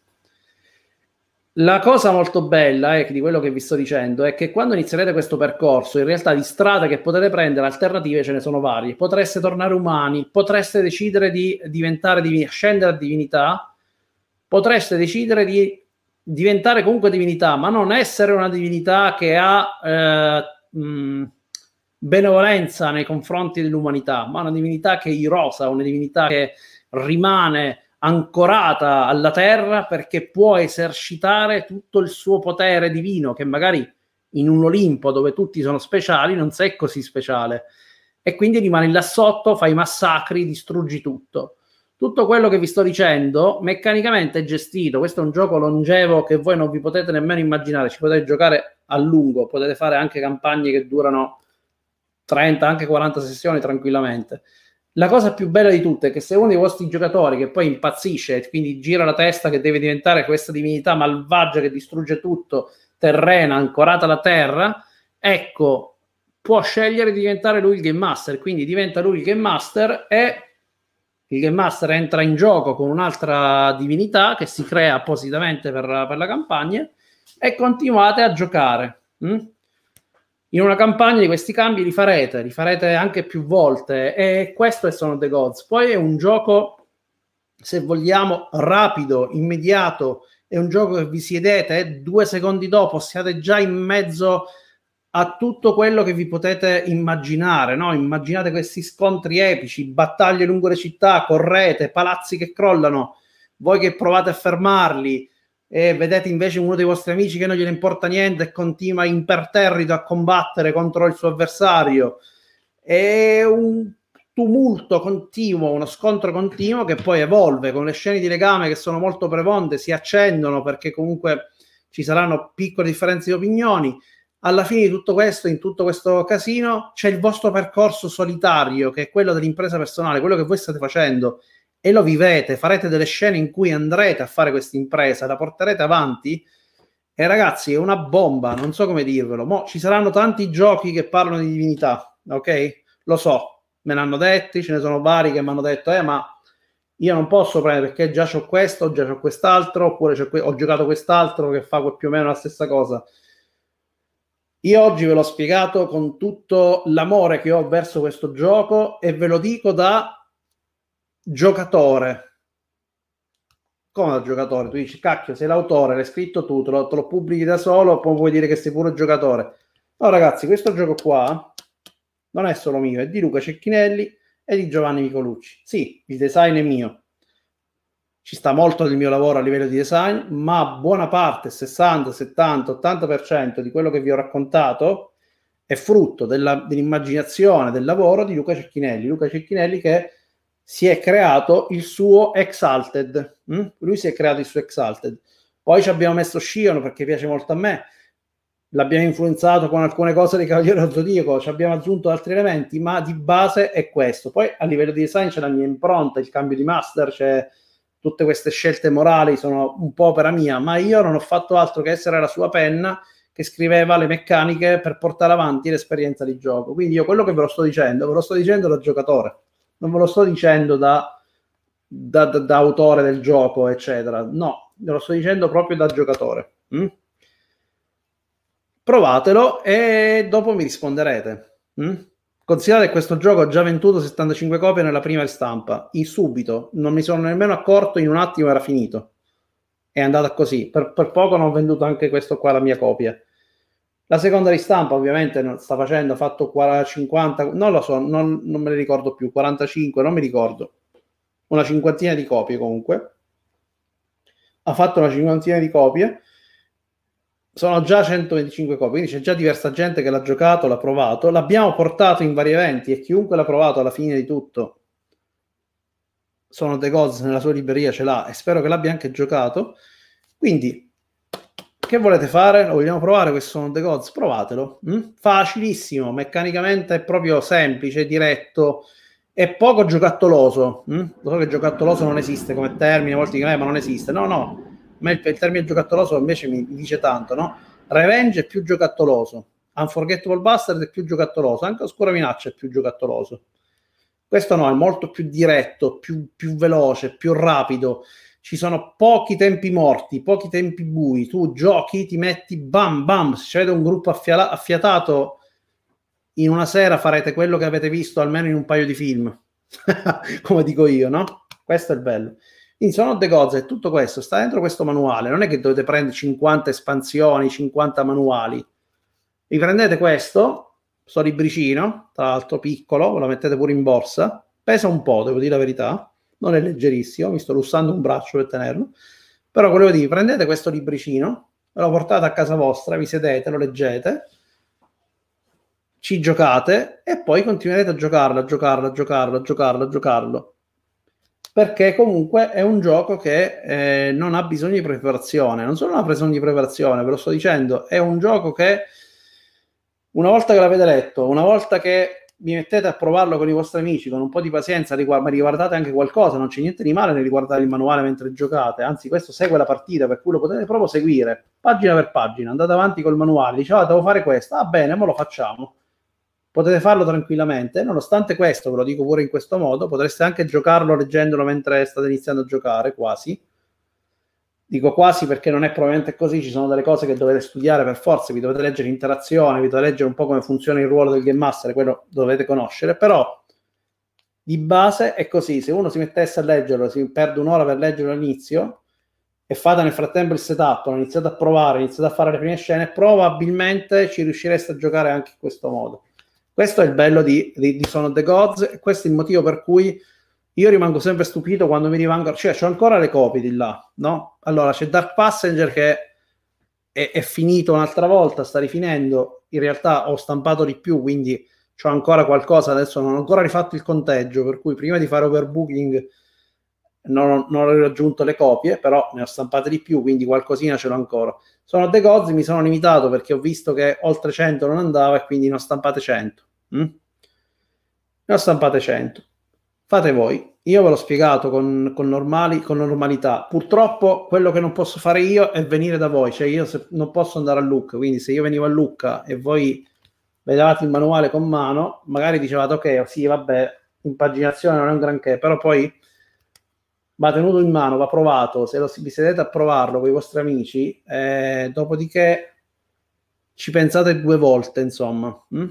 Speaker 1: La cosa molto bella è che di quello che vi sto dicendo è che quando inizierete questo percorso, in realtà di strade che potete prendere, alternative ce ne sono varie. Potreste tornare umani, potreste decidere di diventare divini, scendere a divinità, potreste decidere di diventare comunque divinità, ma non essere una divinità che ha eh, mh, benevolenza nei confronti dell'umanità, ma una divinità che irosa, una divinità che rimane ancorata alla terra perché può esercitare tutto il suo potere divino, che magari in un Olimpo dove tutti sono speciali non sei così speciale, e quindi rimani là sotto, fai massacri, distruggi tutto. Tutto quello che vi sto dicendo meccanicamente è gestito. Questo è un gioco longevo che voi non vi potete nemmeno immaginare, ci potete giocare a lungo, potete fare anche campagne che durano trenta, anche quaranta sessioni tranquillamente. La cosa più bella di tutte è che se uno dei vostri giocatori che poi impazzisce e quindi gira la testa che deve diventare questa divinità malvagia che distrugge tutto, terrena, ancorata alla terra, ecco, può scegliere di diventare lui il Game Master, quindi diventa lui il Game Master e il Game Master entra in gioco con un'altra divinità che si crea appositamente per, per la campagna e continuate a giocare. Mm? In una campagna di questi cambi li farete, li farete anche più volte, e questo è Son of the Gods. Poi è un gioco, se vogliamo, rapido, immediato, è un gioco che vi siedete e due secondi dopo siete già in mezzo a tutto quello che vi potete immaginare, no? Immaginate questi scontri epici, battaglie lungo le città, correte, palazzi che crollano, voi che provate a fermarli, e vedete invece uno dei vostri amici che non gliene importa niente e continua imperterrito a combattere contro il suo avversario. È un tumulto continuo, uno scontro continuo che poi evolve con le scene di legame che sono molto preponde, si accendono perché comunque ci saranno piccole differenze di opinioni. Alla fine di tutto questo, in tutto questo casino, c'è il vostro percorso solitario, che è quello dell'impresa personale, quello che voi state facendo, e lo vivete, farete delle scene in cui andrete a fare questa impresa, la porterete avanti, e ragazzi è una bomba, non so come dirvelo. Mo ci saranno tanti giochi che parlano di divinità, ok? Lo so, me ne hanno detti, ce ne sono vari che mi hanno detto, eh ma io non posso prendere perché già c'ho questo, già c'ho quest'altro, oppure c'ho que- ho giocato quest'altro che fa più o meno la stessa cosa. Io oggi ve l'ho spiegato con tutto l'amore che ho verso questo gioco e ve lo dico da giocatore. Come da giocatore? Tu dici, cacchio, sei l'autore, l'hai scritto tu, te lo, te lo pubblichi da solo, poi puoi dire che sei pure giocatore. No ragazzi, questo gioco qua non è solo mio, è di Luca Cecchinelli e di Giovanni Micolucci. Sì, il design è mio, ci sta molto del mio lavoro a livello di design, ma buona parte, sessanta, settanta, ottanta per cento di quello che vi ho raccontato è frutto della, dell'immaginazione, del lavoro di Luca Cecchinelli. Luca Cecchinelli che si è creato il suo Exalted. Mm? Lui si è creato il suo Exalted. Poi ci abbiamo messo Shion perché piace molto a me, l'abbiamo influenzato con alcune cose di Cavaliere dello Zodiaco, ci abbiamo aggiunto altri elementi, ma di base è questo. Poi a livello di design c'è la mia impronta, il cambio di master, c'è tutte queste scelte morali, sono un po' opera mia, ma io non ho fatto altro che essere la sua penna che scriveva le meccaniche per portare avanti l'esperienza di gioco. Quindi io quello che ve lo sto dicendo, ve lo sto dicendo da giocatore, non ve lo sto dicendo da, da, da, da autore del gioco, eccetera. No, ve lo sto dicendo proprio da giocatore. Mm? Provatelo e dopo mi risponderete. Mm? Considerate che questo gioco ha già venduto settantacinque copie nella prima ristampa, in subito, non mi sono nemmeno accorto, in un attimo era finito. È andata così, per, per poco non ho venduto anche questo qua, la mia copia. La seconda ristampa ovviamente non sta facendo, ha fatto quaranta, cinquanta, non lo so, non, non me ne ricordo più, quarantacinque, non mi ricordo, una cinquantina di copie comunque. Ha fatto una cinquantina di copie, sono già centoventicinque copie, quindi c'è già diversa gente che l'ha giocato, l'ha provato, l'abbiamo portato in vari eventi e chiunque l'ha provato alla fine di tutto, Son of the Gods nella sua libreria ce l'ha e spero che l'abbia anche giocato. Quindi che volete fare? Lo vogliamo provare questo Son of the Gods? Provatelo. Mm? Facilissimo, meccanicamente è proprio semplice, diretto, è poco giocattoloso. Mm? Lo so che giocattoloso non esiste come termine, a volte dicono eh, ma non esiste. No, no. A me il, il termine giocattoloso invece mi, mi dice tanto, no? Revenge è più giocattoloso, Unforgettable Bastard è più giocattoloso, anche Oscura Minaccia è più giocattoloso. Questo no, è molto più diretto, più, più veloce, più rapido. Ci sono pochi tempi morti, pochi tempi bui. Tu giochi, ti metti bam bam. Se avete un gruppo affia- affiatato, in una sera farete quello che avete visto almeno in un paio di film. Come dico io, no? Questo è il bello. In Son of the Gods è tutto questo, sta dentro questo manuale, non è che dovete prendere cinquanta espansioni, cinquanta manuali. Vi prendete questo, sto libricino, tra l'altro piccolo, lo mettete pure in borsa, pesa un po', devo dire la verità, non è leggerissimo, mi sto lussando un braccio per tenerlo, però volevo dire, prendete questo libricino, lo portate a casa vostra, vi sedete, lo leggete, ci giocate e poi continuerete a giocarlo, a giocarlo, a giocarlo, a giocarlo, a giocarlo. Perché comunque è un gioco che eh, non ha bisogno di preparazione, non solo non ha bisogno di preparazione, ve lo sto dicendo, è un gioco che una volta che l'avete letto, una volta che vi mettete a provarlo con i vostri amici, con un po' di pazienza, riguard- ma riguardate anche qualcosa, non c'è niente di male nel riguardare il manuale mentre giocate, anzi questo segue la partita, per cui lo potete proprio seguire, pagina per pagina, andate avanti col manuale, dice, ah, devo fare questo, ah bene, ma lo facciamo. Potete farlo tranquillamente, nonostante questo, ve lo dico pure in questo modo, potreste anche giocarlo leggendolo mentre state iniziando a giocare, quasi. Dico quasi perché non è probabilmente così, ci sono delle cose che dovete studiare per forza, vi dovete leggere l'interazione, vi dovete leggere un po' come funziona il ruolo del Game Master, quello dovete conoscere, però di base è così, se uno si mettesse a leggerlo, si perde un'ora per leggerlo all'inizio e fate nel frattempo il setup, iniziate a provare, iniziate a fare le prime scene, probabilmente ci riuscireste a giocare anche in questo modo. Questo è il bello di, di, di Son of the Gods e questo è il motivo per cui io rimango sempre stupito quando mi rimango, cioè c'ho ancora le copie di là, no? Allora c'è Dark Passenger che è, è finito un'altra volta, sta rifinendo, in realtà ho stampato di più, quindi c'ho ancora qualcosa, adesso non ho ancora rifatto il conteggio, per cui prima di fare overbooking non, non ho raggiunto le copie, però ne ho stampate di più, quindi qualcosina ce l'ho ancora. Son of the Gods mi sono limitato perché ho visto che oltre cento non andava e quindi ne ho stampate cento. Mm? Ne ho stampate cento. Fate voi. Io ve l'ho spiegato con, con, normali, con normalità. Purtroppo quello che non posso fare io è venire da voi, cioè io se, non posso andare a Lucca, quindi se io venivo a Lucca e voi vedevate il manuale con mano, magari dicevate ok, sì vabbè, impaginazione non è un granché, però poi va tenuto in mano, va provato, se lo, vi sedete a provarlo con i vostri amici, eh, dopodiché ci pensate due volte, insomma. Mm?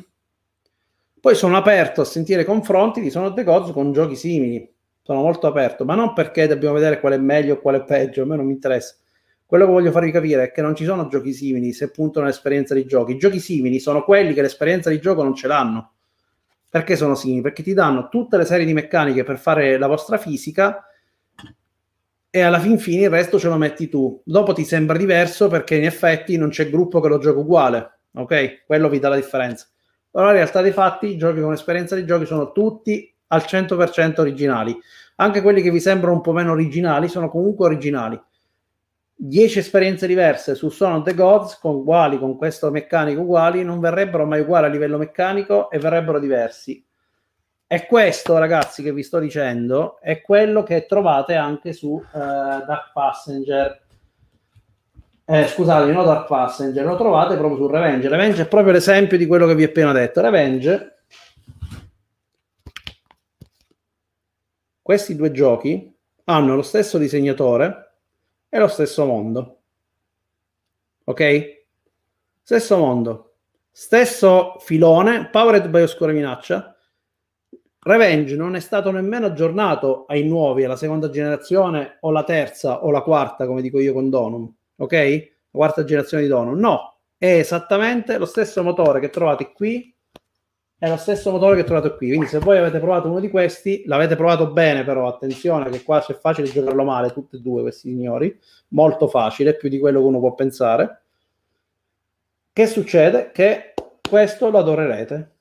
Speaker 1: Poi sono aperto a sentire confronti di Son of the Gods con giochi simili, sono molto aperto, ma non perché dobbiamo vedere qual è meglio o qual è peggio, a me non mi interessa. Quello che voglio farvi capire è che non ci sono giochi simili se puntano all'esperienza di giochi. I giochi simili sono quelli che l'esperienza di gioco non ce l'hanno. Perché sono simili? Perché ti danno tutte le serie di meccaniche per fare la vostra fisica e alla fin fine il resto ce lo metti tu. Dopo ti sembra diverso perché in effetti non c'è gruppo che lo gioca uguale, ok? Quello vi dà la differenza. Però in realtà dei fatti i giochi con esperienza di giochi sono tutti al cento per cento originali. Anche quelli che vi sembrano un po' meno originali sono comunque originali. dieci esperienze diverse su Son of the Gods con uguali, con questo meccanico uguali, non verrebbero mai uguali a livello meccanico e verrebbero diversi. E questo, ragazzi, che vi sto dicendo è quello che trovate anche su uh, Dark Passenger. Eh, scusate, no, Dark Passenger, lo trovate proprio su Revenge. Revenge è proprio l'esempio di quello che vi ho appena detto. Revenge, questi due giochi hanno lo stesso disegnatore e lo stesso mondo, ok? Stesso mondo, stesso filone, Powered by Oscura Minaccia. Revenge non è stato nemmeno aggiornato ai nuovi, alla seconda generazione o la terza o la quarta, come dico io con Donum, ok? La quarta generazione di Donum, no, è esattamente lo stesso motore che trovate qui, è lo stesso motore che trovate qui. Quindi se voi avete provato uno di questi, l'avete provato bene, però attenzione che qua c'è facile giocarlo male, tutti e due questi signori, molto facile, più di quello che uno può pensare. Che succede? Che questo lo adorerete,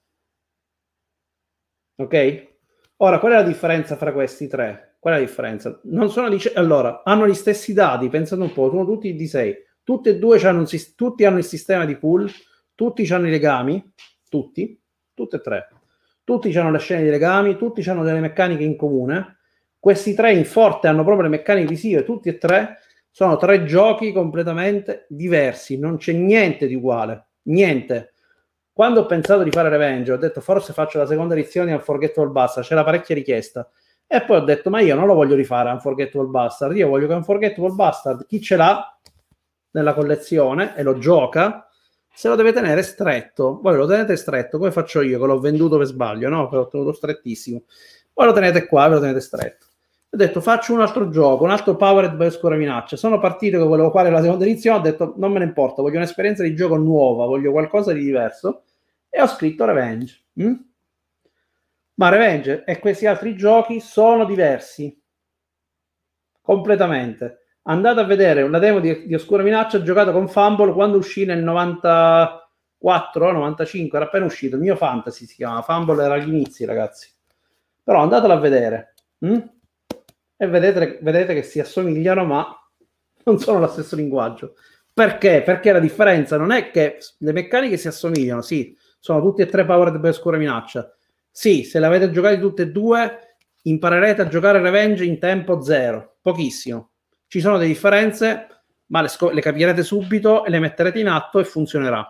Speaker 1: ok? Ora, qual è la differenza fra questi tre? Qual è la differenza? Non sono dice- allora, hanno gli stessi dati, pensate un po', sono tutti D sei, tutti e due hanno un, tutti hanno il sistema di pool, tutti hanno i legami, tutti, tutti e tre, tutti hanno le scene di legami, tutti hanno delle meccaniche in comune. Questi tre in forte hanno proprio le meccaniche visive, tutti e tre sono tre giochi completamente diversi, non c'è niente di uguale, niente. Quando ho pensato di fare Revenge ho detto forse faccio la seconda edizione di Unforgettable Bastard, c'era parecchia richiesta, e poi ho detto ma io non lo voglio rifare Unforgettable Bastard, io voglio che Unforgettable Bastard chi ce l'ha nella collezione e lo gioca se lo deve tenere stretto. Voi lo tenete stretto come faccio io che l'ho venduto per sbaglio, no? Che l'ho tenuto strettissimo, voi lo tenete qua, ve lo tenete stretto. Ho detto faccio un altro gioco, un altro Powered by Oscura Minaccia. Sono partito che volevo fare la seconda edizione, ho detto non me ne importa, voglio un'esperienza di gioco nuova, voglio qualcosa di diverso, e ho scritto Revenge. Mm? Ma Revenge e questi altri giochi sono diversi completamente. Andate a vedere una demo di, di Oscura Minaccia giocata con Fumble quando uscì nel novantaquattro novantacinque, era appena uscito, il mio Fantasy si chiama, Fumble era agli inizi, ragazzi. Però andatela a vedere. Mm? E vedete, vedete che si assomigliano, ma non sono lo stesso linguaggio. Perché? Perché la differenza non è che le meccaniche si assomigliano, sì, sono tutti e tre Powered by Oscura Minaccia. Sì, se le avete giocate tutte e due, imparerete a giocare Revenge in tempo zero, pochissimo. Ci sono delle differenze, ma le, sco- le capirete subito e le metterete in atto e funzionerà.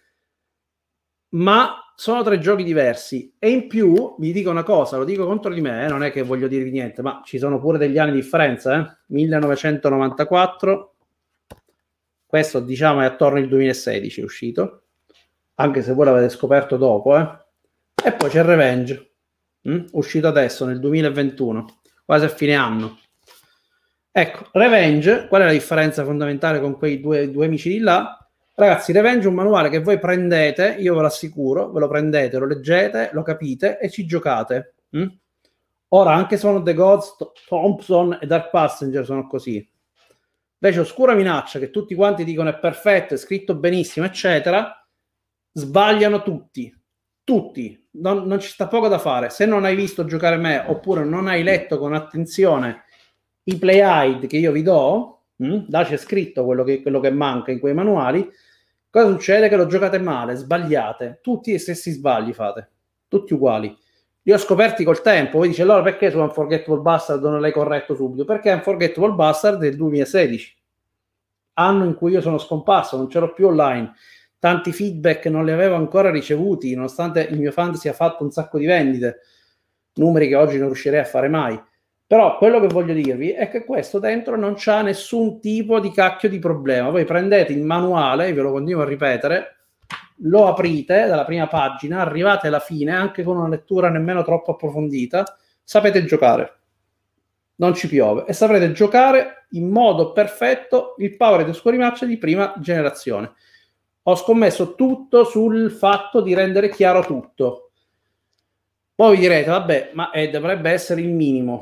Speaker 1: Ma sono tre giochi diversi e in più vi dico una cosa, lo dico contro di me, eh, non è che voglio dirvi niente, ma ci sono pure degli anni di differenza, eh? millenovecentonovantaquattro, questo diciamo è attorno al duemilasedici è uscito, anche se voi l'avete scoperto dopo, eh? E poi c'è Revenge, hm? uscito adesso nel duemilaventuno, quasi a fine anno. Ecco, Revenge, qual è la differenza fondamentale con quei due, due amici di là? Ragazzi, Revenge è un manuale che voi prendete, io ve lo assicuro, ve lo prendete, lo leggete, lo capite e ci giocate. Hm? Ora, anche Son of the Gods, Thompson e Dark Passenger sono così. Invece Oscura Minaccia, che tutti quanti dicono è perfetto, è scritto benissimo, eccetera, sbagliano tutti. Tutti. Non, non ci sta poco da fare. Se non hai visto giocare me, oppure non hai letto con attenzione i play guide che io vi do, hm? là c'è scritto quello che, quello che manca in quei manuali. Cosa succede? Che lo giocate male, sbagliate, tutti gli stessi sbagli fate, tutti uguali. Li ho scoperti col tempo. Voi dice allora perché su Unforgettable Bastard non l'hai corretto subito? Perché Unforgettable Bastard è del duemilasedici, anno in cui io sono scomparso, non c'ero più online, tanti feedback non li avevo ancora ricevuti, nonostante il mio fantasy ha fatto un sacco di vendite, numeri che oggi non riuscirei a fare mai. Però quello che voglio dirvi è che questo dentro non c'ha nessun tipo di cacchio di problema. Voi prendete il manuale, ve lo continuo a ripetere, lo aprite dalla prima pagina, arrivate alla fine, anche con una lettura nemmeno troppo approfondita, sapete giocare. Non ci piove. E saprete giocare in modo perfetto il Power di Oscura Minaccia di prima generazione. Ho scommesso tutto sul fatto di rendere chiaro tutto. Poi vi direte, vabbè, ma eh, dovrebbe essere il minimo.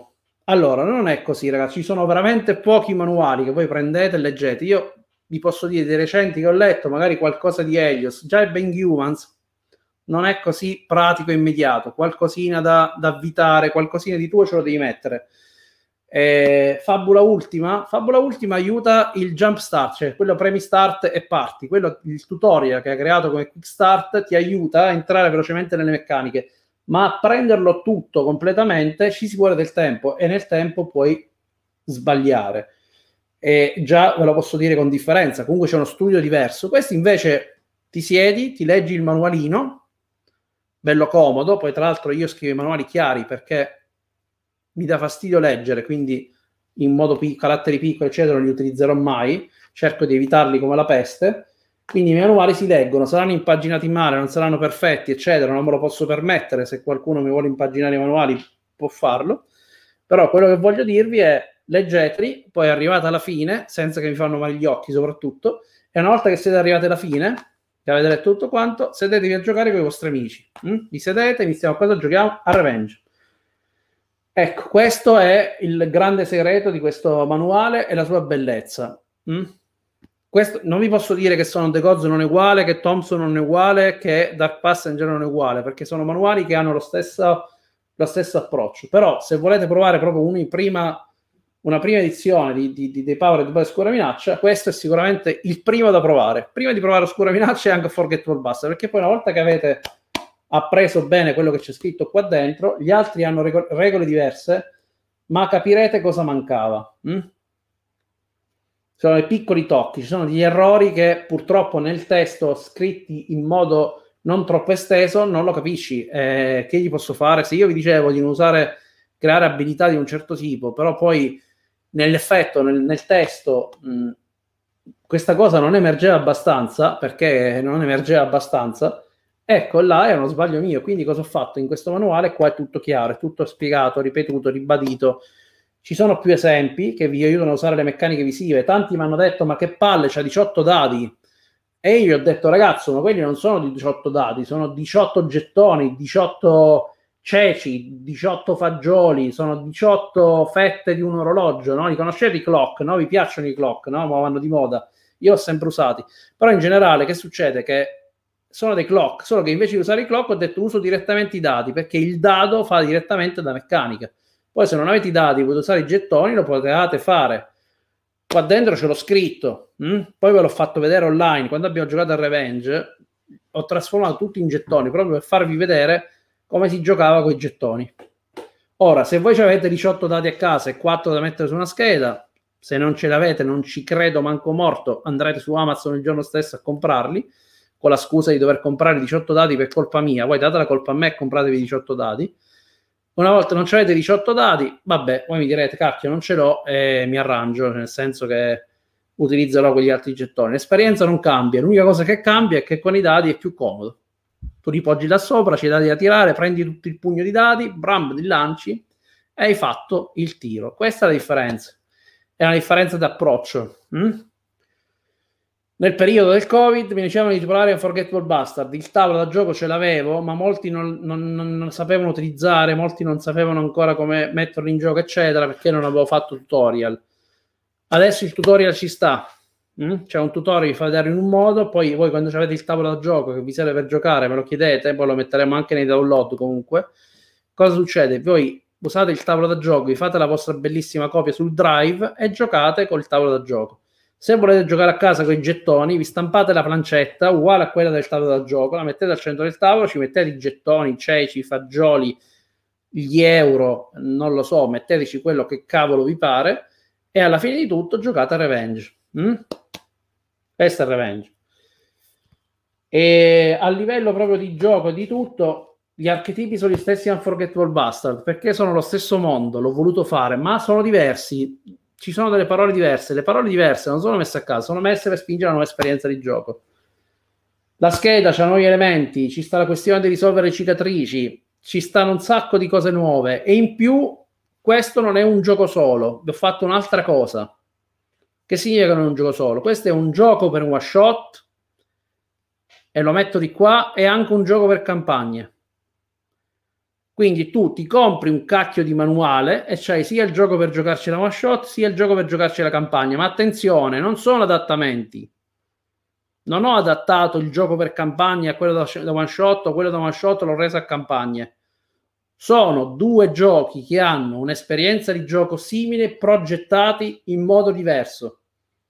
Speaker 1: Allora, non è così, ragazzi. Ci sono veramente pochi manuali che voi prendete e leggete. Io vi posso dire dei recenti che ho letto, magari qualcosa di Helios, già il Ben Humans non è così pratico e immediato, qualcosina da, da avvitare, qualcosina di tuo ce lo devi mettere. Eh, Fabula Ultima, Fabula Ultima aiuta il jump start, cioè quello premi start e parti, quello, il tutorial che ha creato come quick start ti aiuta a entrare velocemente nelle meccaniche, ma a prenderlo tutto completamente ci si vuole del tempo e nel tempo puoi sbagliare. E già ve lo posso dire con differenza, comunque c'è uno studio diverso. Questo invece ti siedi, ti leggi il manualino, bello comodo, poi tra l'altro io scrivo i manuali chiari perché mi dà fastidio leggere, quindi in modo pic- caratteri piccoli eccetera non li utilizzerò mai, cerco di evitarli come la peste, quindi i manuali si leggono, saranno impaginati male, non saranno perfetti eccetera, non me lo posso permettere, se qualcuno mi vuole impaginare i manuali può farlo, però quello che voglio dirvi è leggeteli, poi arrivate alla fine, senza che vi fanno male gli occhi soprattutto, e una volta che siete arrivati alla fine, che avete letto tutto quanto, sedetevi a giocare con i vostri amici. Mm? Vi sedete, iniziamo a cosa giochiamo? A Revenge. Ecco, questo è il grande segreto di questo manuale e la sua bellezza. Mm? Questo, non vi posso dire che Son of the Gods non è uguale, che Thompson non è uguale, che Dark Passenger non è uguale, perché sono manuali che hanno lo stesso, lo stesso approccio. Però se volete provare proprio una prima, una prima edizione di, di, di, dei Power di Oscura Minaccia, questo è sicuramente il primo da provare. Prima di provare Oscura Minaccia e anche Forgetful Buster, perché poi una volta che avete appreso bene quello che c'è scritto qua dentro, gli altri hanno rego- regole diverse, ma capirete cosa mancava. Mm? Sono dei piccoli tocchi, ci sono degli errori che purtroppo nel testo scritti in modo non troppo esteso non lo capisci. Eh, che gli posso fare? Se io vi dicevo di non usare, creare abilità di un certo tipo, però poi nell'effetto, nel, nel testo mh, questa cosa non emergeva abbastanza, perché non emergeva abbastanza, ecco, là è uno sbaglio mio. Quindi cosa ho fatto? In questo manuale qua è tutto chiaro, è tutto spiegato, ripetuto, ribadito. Ci sono più esempi che vi aiutano a usare le meccaniche visive. Tanti mi hanno detto, ma che palle, c'ha diciotto dadi. E io ho detto, ragazzo, ma quelli non sono di diciotto dadi, sono diciotto gettoni, diciotto ceci, diciotto fagioli, sono diciotto fette di un orologio, no? Li conoscete i clock, no? Vi piacciono i clock, no? Ma vanno di moda. Io ho sempre usati. Però in generale che succede? Che sono dei clock, solo che invece di usare i clock ho detto uso direttamente i dadi, perché il dado fa direttamente da meccanica. Poi se non avete i dati, potete usare i gettoni, lo potete fare. Qua dentro ce l'ho scritto, hm? Poi ve l'ho fatto vedere online. Quando abbiamo giocato a Revenge, ho trasformato tutto in gettoni, proprio per farvi vedere come si giocava con i gettoni. Ora, se voi avete diciotto dati a casa e quattro da mettere su una scheda, se non ce l'avete, non ci credo manco morto, andrete su Amazon il giorno stesso a comprarli, con la scusa di dover comprare diciotto dati per colpa mia. Voi date la colpa a me e compratevi diciotto dati. Una volta non avete diciotto dati, vabbè, voi mi direte, cacchio, non ce l'ho e mi arrangio, nel senso che utilizzerò quegli altri gettoni. L'esperienza non cambia, l'unica cosa che cambia è che con i dadi è più comodo. Tu li poggi da sopra, c'è i dadi da tirare, prendi tutto il pugno di dadi, bram, li lanci e hai fatto il tiro. Questa è la differenza. È una differenza d'approccio. Hm? Nel periodo del Covid mi dicevano di provare Unforgettable Bastard, il tavolo da gioco ce l'avevo, ma molti non, non, non sapevano utilizzare, molti non sapevano ancora come metterlo in gioco, eccetera, perché non avevo fatto tutorial. Adesso il tutorial ci sta, mm? C'è un tutorial che vi fa vedere in un modo, poi voi quando avete il tavolo da gioco che vi serve per giocare me lo chiedete, poi lo metteremo anche nei download comunque. Cosa succede? Voi usate il tavolo da gioco, vi fate la vostra bellissima copia sul Drive e giocate col tavolo da gioco. Se volete giocare a casa con i gettoni, vi stampate la plancetta uguale a quella del tavolo da gioco, la mettete al centro del tavolo, ci mettete i gettoni, i ceci, i fagioli, gli euro, non lo so, metteteci quello che cavolo vi pare e alla fine di tutto giocate a Revenge. Mm? Questo è Revenge. E a livello proprio di gioco, di tutto, gli archetipi sono gli stessi Unforgettable Bastard, perché sono lo stesso mondo, l'ho voluto fare, ma sono diversi. Ci sono delle parole diverse, le parole diverse non sono messe a caso, sono messe per spingere una nuova esperienza di gioco. La scheda c'ha nuovi elementi, ci sta la questione di risolvere le cicatrici, ci stanno un sacco di cose nuove e in più questo non è un gioco solo, vi ho fatto un'altra cosa. Che significa che non è un gioco solo? Questo è un gioco per one shot e lo metto di qua, è anche un gioco per campagne. Quindi tu ti compri un cacchio di manuale e c'hai sia il gioco per giocarci la one shot, sia il gioco per giocarci la campagna. Ma attenzione, non sono adattamenti. Non ho adattato il gioco per campagna a quello da, da one shot, o quello da one shot l'ho reso a campagne. Sono due giochi che hanno un'esperienza di gioco simile, progettati in modo diverso.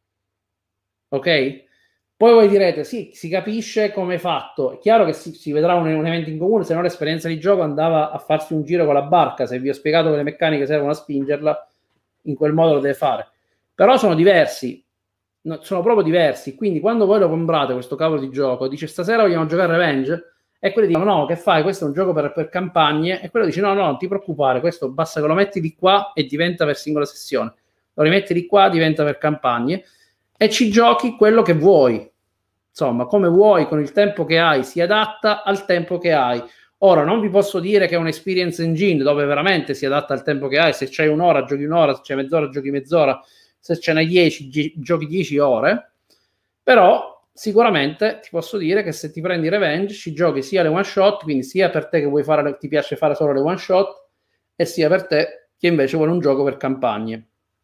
Speaker 1: Ok? Poi voi direte, sì, si capisce come è fatto. È chiaro che si, si vedrà un, un evento in comune, se no l'esperienza di gioco andava a farsi un giro con la barca. Se vi ho spiegato che le meccaniche servono a spingerla, in quel modo lo deve fare. Però sono diversi, no, sono proprio diversi. Quindi quando voi lo comprate questo cavolo di gioco, dice stasera vogliamo giocare Revenge, e quelli dicono no, che fai? Questo è un gioco per, per campagne, e quello dice no, no, non ti preoccupare, questo basta che lo metti di qua e diventa per singola sessione. Lo rimetti di qua, diventa per campagne. E ci giochi quello che vuoi, insomma, come vuoi, con il tempo che hai, si adatta al tempo che hai. Ora, non vi posso dire che è un experience engine dove veramente si adatta al tempo che hai. Se c'hai un'ora, giochi un'ora, se c'è mezz'ora, giochi mezz'ora, se ce n'hai dieci, gi- giochi dieci ore. Però sicuramente ti posso dire che se ti prendi Revenge ci giochi sia le one shot, quindi sia per te che vuoi fare, ti piace fare solo le one shot, e sia per te che invece vuole un gioco per campagne.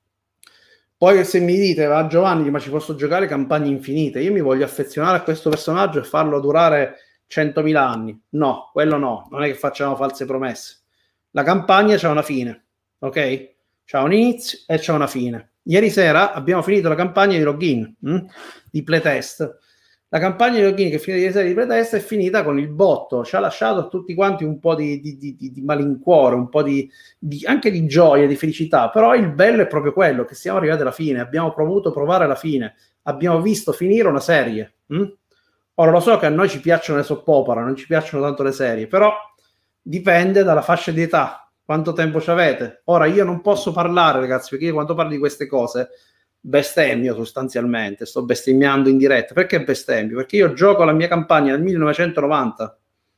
Speaker 1: Poi se mi dite, va Giovanni, ma ci posso giocare campagne infinite, io mi voglio affezionare a questo personaggio e farlo durare centomila anni. No, quello no, non è che facciamo false promesse. La campagna c'ha una fine, ok? C'ha un inizio e c'ha una fine. Ieri sera abbiamo finito la campagna di login, hm? di playtest. La campagna di login che è finita ieri sera di playtest è finita con il botto, ci ha lasciato a tutti quanti un po' di, di, di, di malincuore, un po' di, di, anche di gioia, di felicità, però il bello è proprio quello, che siamo arrivati alla fine, abbiamo provato provare la fine, abbiamo visto finire una serie. Hm? Ora lo so che a noi ci piacciono le soap opera, non ci piacciono tanto le serie, però dipende dalla fascia di età, quanto tempo ci avete. Ora io non posso parlare, ragazzi, perché io quando parlo di queste cose bestemmio sostanzialmente, sto bestemmiando in diretta. Perché bestemmio? Perché io gioco la mia campagna nel millenovecentonovanta,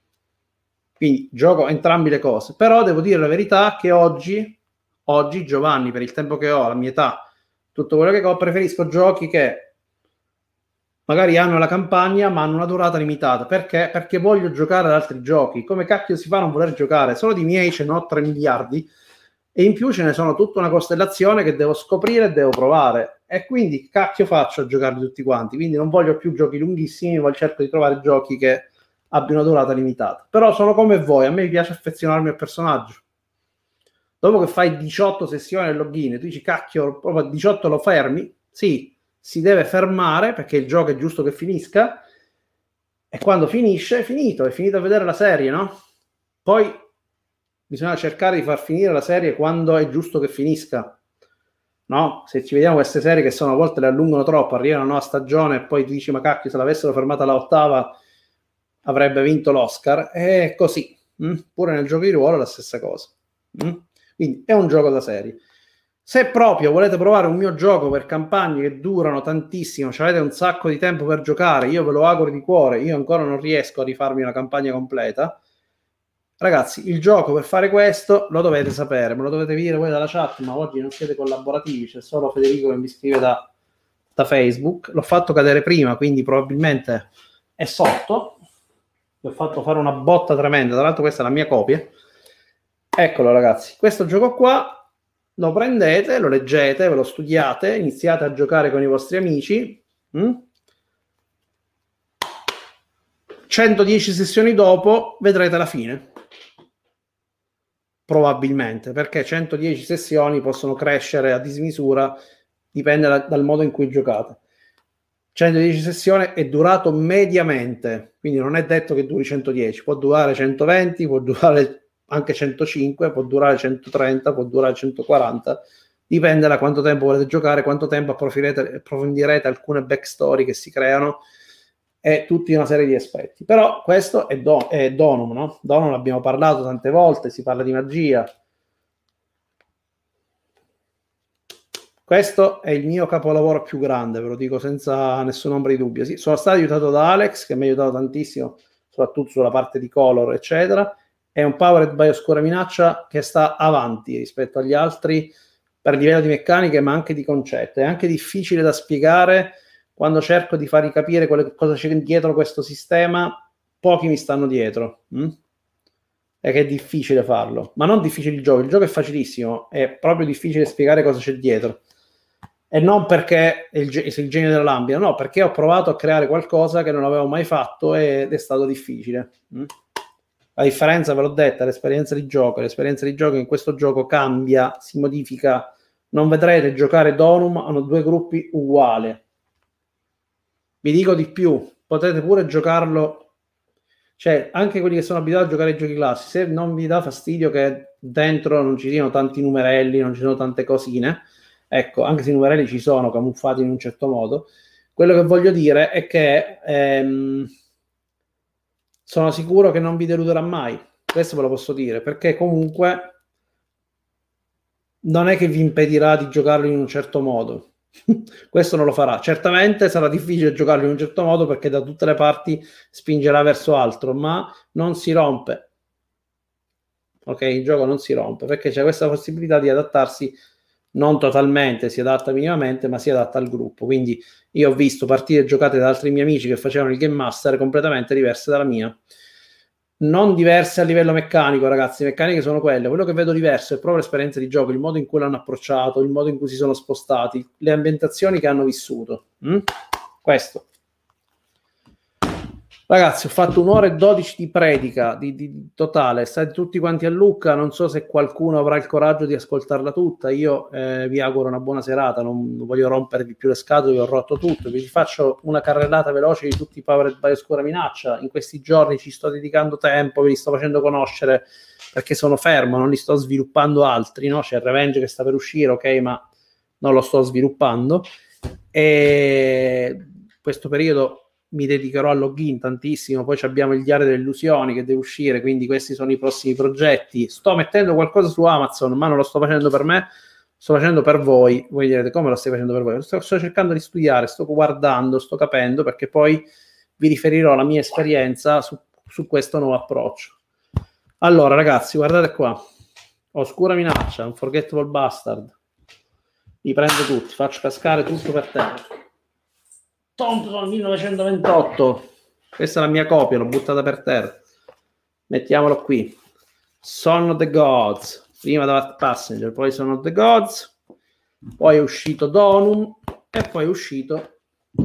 Speaker 1: quindi gioco entrambe le cose, però devo dire la verità che oggi oggi Giovanni, per il tempo che ho, la mia età, tutto quello che ho, preferisco giochi che magari hanno la campagna ma hanno una durata limitata. Perché? Perché voglio giocare ad altri giochi. Come cacchio si fa a non voler giocare? Solo di miei ce ne ho tre miliardi e in più ce ne sono tutta una costellazione che devo scoprire e devo provare, e quindi cacchio faccio a giocarli tutti quanti. Quindi non voglio più giochi lunghissimi, voglio cerco di trovare giochi che abbiano una durata limitata. Però sono come voi, a me piace affezionarmi al personaggio. Dopo che fai diciotto sessioni al login, tu dici cacchio, proprio diciotto lo fermi? Sì, si deve fermare perché il gioco è giusto che finisca, e quando finisce è finito, è finito a vedere la serie, no? Poi bisogna cercare di far finire la serie quando è giusto che finisca, no? Se ci vediamo queste serie che sono a volte le allungano troppo, arrivano a una stagione e poi ti dici ma cacchio, se l'avessero fermata alla ottava avrebbe vinto l'Oscar. È così. Hm? Pure nel gioco di ruolo è la stessa cosa. Hm? Quindi è un gioco da serie. Se proprio volete provare un mio gioco per campagne che durano tantissimo, cioè avete un sacco di tempo per giocare, io ve lo auguro di cuore, io ancora non riesco a rifarmi una campagna completa. Ragazzi, il gioco per fare questo lo dovete sapere, me lo dovete dire voi dalla chat, ma oggi non siete collaborativi, c'è solo Federico che mi scrive da, da Facebook. L'ho fatto cadere prima, quindi probabilmente è sotto. Gli ho fatto fare una botta tremenda, tra l'altro questa è la mia copia. Eccolo ragazzi, questo gioco qua lo prendete, lo leggete, ve lo studiate, iniziate a giocare con i vostri amici. Hm? centodieci sessioni dopo vedrete la fine. Probabilmente, perché centodieci sessioni possono crescere a dismisura, dipende da, dal modo in cui giocate. centodieci sessioni è durato mediamente, quindi non è detto che duri centodieci, può durare centoventi, può durare anche centocinque, può durare centotrenta, può durare centoquaranta, dipende da quanto tempo volete giocare, quanto tempo approfondirete, approfondirete alcune backstory che si creano e tutta una serie di aspetti. Però questo è, do, è Donum, no? Donum l'abbiamo parlato tante volte, si parla di magia. Questo è il mio capolavoro più grande, ve lo dico senza nessun ombra di dubbio. Sì, sono stato aiutato da Alex, che mi ha aiutato tantissimo, soprattutto sulla parte di color, eccetera. È un Powered by Oscura Minaccia che sta avanti rispetto agli altri per livello di meccaniche, ma anche di concetto. È anche difficile da spiegare. Quando cerco di farvi capire quale, cosa c'è dietro questo sistema, pochi mi stanno dietro. Mm? è che è difficile farlo, ma non difficile il gioco, il gioco è facilissimo, è proprio difficile spiegare cosa c'è dietro. E non perché è il, è il genio della lambida, no, perché ho provato a creare qualcosa che non avevo mai fatto ed è stato difficile. Mm? La differenza, ve l'ho detta, l'esperienza di gioco. L'esperienza di gioco in questo gioco cambia, si modifica. Non vedrete giocare Donum, hanno due gruppi uguali. Vi dico di più, potete pure giocarlo, cioè anche quelli che sono abituati a giocare ai giochi classici, se non vi dà fastidio che dentro non ci siano tanti numerelli, non ci sono tante cosine, ecco, anche se i numerelli ci sono camuffati in un certo modo, quello che voglio dire è che ehm, sono sicuro che non vi deluderà mai, questo ve lo posso dire, perché comunque non è che vi impedirà di giocarlo in un certo modo. Questo non lo farà. Certamente sarà difficile giocarlo in un certo modo perché da tutte le parti spingerà verso altro, ma non si rompe. Ok, il gioco non si rompe perché c'è questa possibilità di adattarsi, non totalmente, si adatta minimamente, ma si adatta al gruppo. Quindi io ho visto partite giocate da altri miei amici che facevano il Game Master completamente diverse dalla mia. Non diverse a livello meccanico, ragazzi, le meccaniche sono quelle. Quello che vedo diverso è proprio l'esperienza di gioco, il modo in cui l'hanno approcciato, il modo in cui si sono spostati, le ambientazioni che hanno vissuto. Mm? Questo. Ragazzi, ho fatto un'ora e dodici di predica di, di totale, state tutti quanti a Lucca, non so se qualcuno avrà il coraggio di ascoltarla tutta. Io eh, vi auguro una buona serata, non voglio rompervi più le scatole, vi ho rotto tutto, vi faccio una carrellata veloce di tutti i Powered by Oscura Minaccia. In questi giorni ci sto dedicando tempo, ve li sto facendo conoscere perché sono fermo, non li sto sviluppando altri, no? C'è Revenge che sta per uscire, ok, ma non lo sto sviluppando, e questo periodo mi dedicherò al login tantissimo. Poi abbiamo il Diario delle Illusioni che deve uscire, quindi questi sono i prossimi progetti. Sto mettendo qualcosa su Amazon, ma non lo sto facendo per me, sto facendo per voi. Voi direte: come lo stai facendo per voi? Sto, sto cercando di studiare, sto guardando, sto capendo, perché poi vi riferirò la mia esperienza su, su questo nuovo approccio. Allora ragazzi, guardate qua, Oscura Minaccia, Unforgettable Bastard, li prendo tutti, faccio cascare tutto per terra. Thompson millenovecentoventotto, questa è la mia copia, l'ho buttata per terra, mettiamolo qui. Son of the Gods, prima Dark Passenger, poi Son of the Gods, poi è uscito Donum e poi è uscito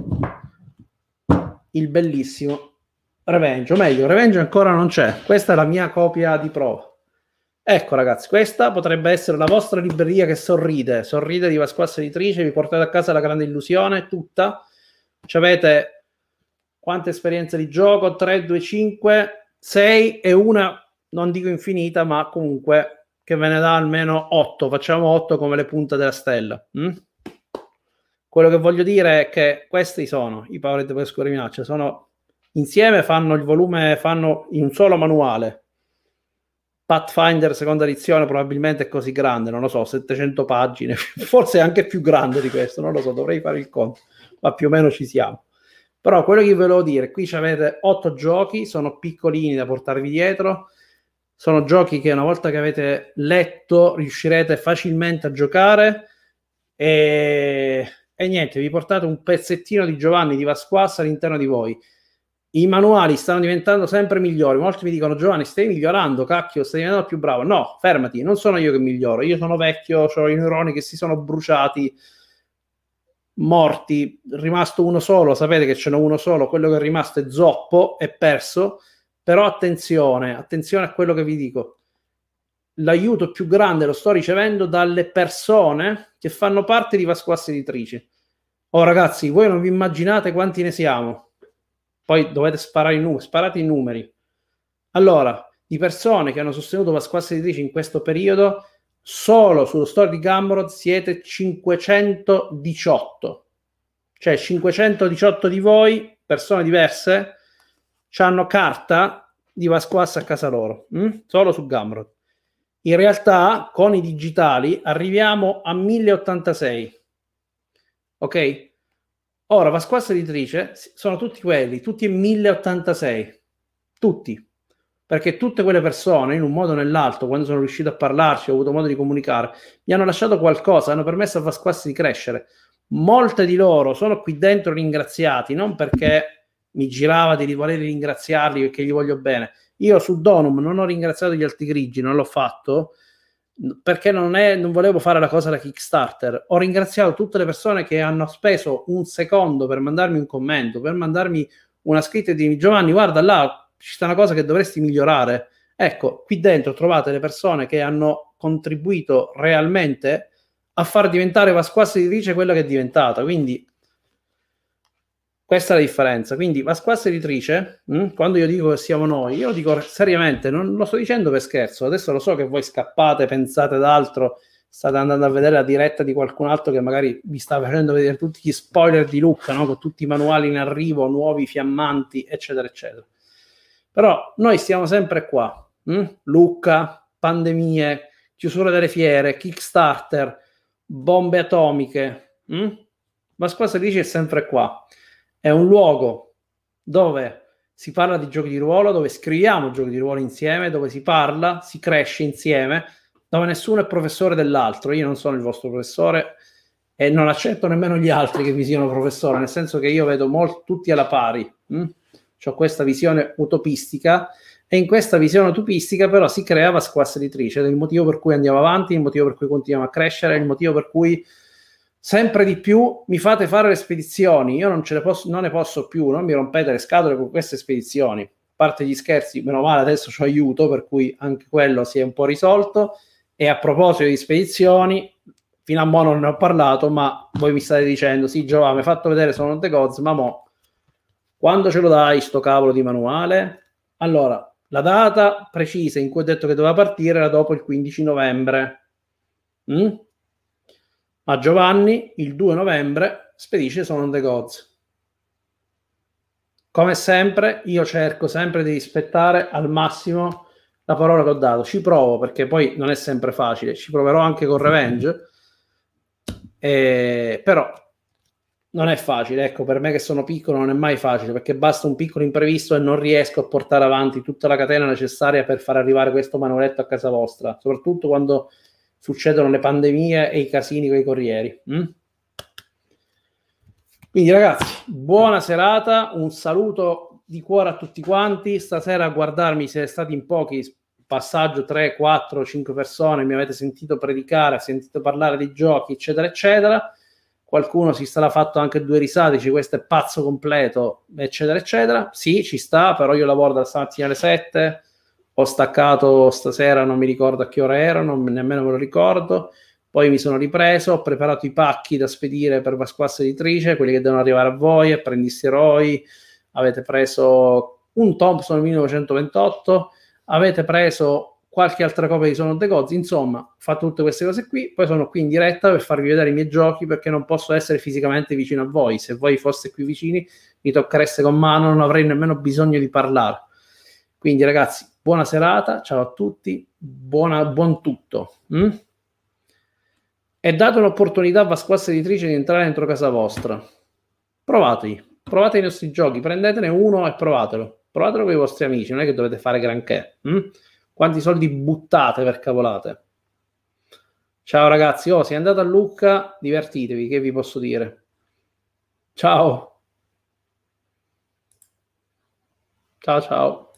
Speaker 1: il bellissimo Revenge, o meglio Revenge ancora non c'è, questa è la mia copia di prova. Ecco ragazzi, questa potrebbe essere la vostra libreria che sorride, sorride di Pasquassa Editrice, vi portate a casa la grande illusione tutta. Ci avete quante esperienze di gioco? tre, due, cinque, sei e una, non dico infinita, ma comunque che ve ne dà almeno otto. Facciamo otto come le punte della stella. Mm? Quello che voglio dire è che questi sono i Powered by Oscura Minaccia, sono insieme, fanno il volume, fanno in un solo manuale. Pathfinder seconda edizione probabilmente è così grande, non lo so, settecento pagine, forse anche più grande di questo, non lo so, dovrei fare il conto, ma più o meno ci siamo. Però quello che vi volevo dire, qui avete otto giochi, sono piccolini da portarvi dietro, sono giochi che una volta che avete letto riuscirete facilmente a giocare, e, e niente, vi portate un pezzettino di Giovanni di Vasquassa all'interno di voi. I manuali stanno diventando sempre migliori. Molti mi dicono: Giovanni, stai migliorando, cacchio, stai diventando più bravo. No, fermati, non sono io che miglioro, io sono vecchio, ho i neuroni che si sono bruciati, morti, è rimasto uno solo, sapete che ce n'è uno solo, quello che è rimasto è zoppo, è perso. Però attenzione, attenzione a quello che vi dico, l'aiuto più grande lo sto ricevendo dalle persone che fanno parte di Vasquassa Editrice. Oh ragazzi, voi non vi immaginate quanti ne siamo. Poi dovete sparare i numeri, sparate i numeri. Allora, di persone che hanno sostenuto Vasquassa Editrice in questo periodo, solo sullo store di Gumroad siete cinquecentodiciotto. Cioè cinquecentodiciotto di voi, persone diverse, hanno carta di Vasquassa a casa loro, hm? Solo su Gumroad. In realtà, con i digitali, arriviamo a mille ottantasei. Ok? Ora, Vasquassa Editrice sono tutti quelli, tutti in mille ottantasei, tutti, perché tutte quelle persone, in un modo o nell'altro, quando sono riuscito a parlarci, ho avuto modo di comunicare, mi hanno lasciato qualcosa, hanno permesso a Vasquassa di crescere. Molte di loro sono qui dentro ringraziati, non perché mi girava di voler ringraziarli perché gli voglio bene, Io su Donum non ho ringraziato gli Alti Grigi, non l'ho fatto, perché non, è, non volevo fare la cosa da Kickstarter. Ho ringraziato tutte le persone che hanno speso un secondo per mandarmi un commento, per mandarmi una scritta di Giovanni, guarda là, ci sta una cosa che dovresti migliorare. Ecco, qui dentro trovate le persone che hanno contribuito realmente a far diventare Vasquassa Editrice quella che è diventata. Quindi questa è la differenza. Quindi Vasquassa Editrice, mh, quando io dico che siamo noi, io lo dico seriamente, non lo sto dicendo per scherzo. Adesso lo so che voi scappate, pensate ad altro, state andando a vedere la diretta di qualcun altro che magari vi sta facendo vedere tutti gli spoiler di Lucca, no? Con tutti i manuali in arrivo, nuovi, fiammanti, eccetera, eccetera. Però noi stiamo sempre qua. Mh? Lucca, pandemie, chiusura delle fiere, Kickstarter, bombe atomiche. Mh? Vasquassa Editrice è sempre qua. È un luogo dove si parla di giochi di ruolo, dove scriviamo giochi di ruolo insieme, dove si parla, si cresce insieme, dove nessuno è professore dell'altro. Io non sono il vostro professore e non accetto nemmeno gli altri che mi siano professore, nel senso che io vedo molti, tutti alla pari. Hm? Ho questa visione utopistica e in questa visione utopistica però si crea Vasquassa Editrice, ed è il motivo per cui andiamo avanti, il motivo per cui continuiamo a crescere, il motivo per cui sempre di più mi fate fare le spedizioni. Io non ce le posso, non ne posso più, non mi rompete le scatole con queste spedizioni. A parte gli scherzi, meno male adesso ci aiuto, per cui anche quello si è un po' risolto. E a proposito di spedizioni, fino a mo' non ne ho parlato, ma voi mi state dicendo, sì Giovanni, mi hai fatto vedere Son of the Gods, ma mo quando ce lo dai sto cavolo di manuale? Allora, la data precisa in cui ho detto che doveva partire era dopo il quindici novembre. Mm? Ma Giovanni il due novembre spedisce Son of the Gods. Come sempre io cerco sempre di rispettare al massimo la parola che ho dato. Ci provo, perché poi non è sempre facile, ci proverò anche con Revenge, eh, però non è facile. Ecco, per me che sono piccolo non è mai facile, perché basta un piccolo imprevisto e non riesco a portare avanti tutta la catena necessaria per far arrivare questo manualetto a casa vostra, soprattutto quando succedono le pandemie e i casini con i corrieri. Mm? Quindi ragazzi, buona serata, un saluto di cuore a tutti quanti. Stasera a guardarmi, siete stati in pochi, passaggio tre, quattro, cinque persone, mi avete sentito predicare, sentito parlare di giochi, eccetera, eccetera. Qualcuno si sarà fatto anche due risate, dice questo è pazzo completo, eccetera, eccetera. Sì, ci sta, però io lavoro da stamattina alle sette, ho staccato stasera, non mi ricordo a che ora erano, nemmeno me lo ricordo. Poi mi sono ripreso, ho preparato i pacchi da spedire per Vasquassa Editrice, quelli che devono arrivare a voi, Apprendisti Eroi. Avete preso un Thompson millenovecentoventotto, avete preso qualche altra copia di Son of the Gods. Insomma, ho fatto tutte queste cose qui, poi sono qui in diretta per farvi vedere i miei giochi, perché non posso essere fisicamente vicino a voi. Se voi foste qui vicini, mi tocchereste con mano, non avrei nemmeno bisogno di parlare. Quindi ragazzi, buona serata, ciao a tutti, buona, buon tutto. Mm? E date un'opportunità a Vasquassa Editrice di entrare dentro casa vostra. Provateli, provate i nostri giochi, prendetene uno e provatelo. Provatelo con i vostri amici, non è che dovete fare granché. Hm? Quanti soldi buttate per cavolate? Ciao ragazzi, oh, se andate a Lucca, divertitevi, che vi posso dire? Ciao. Ciao ciao.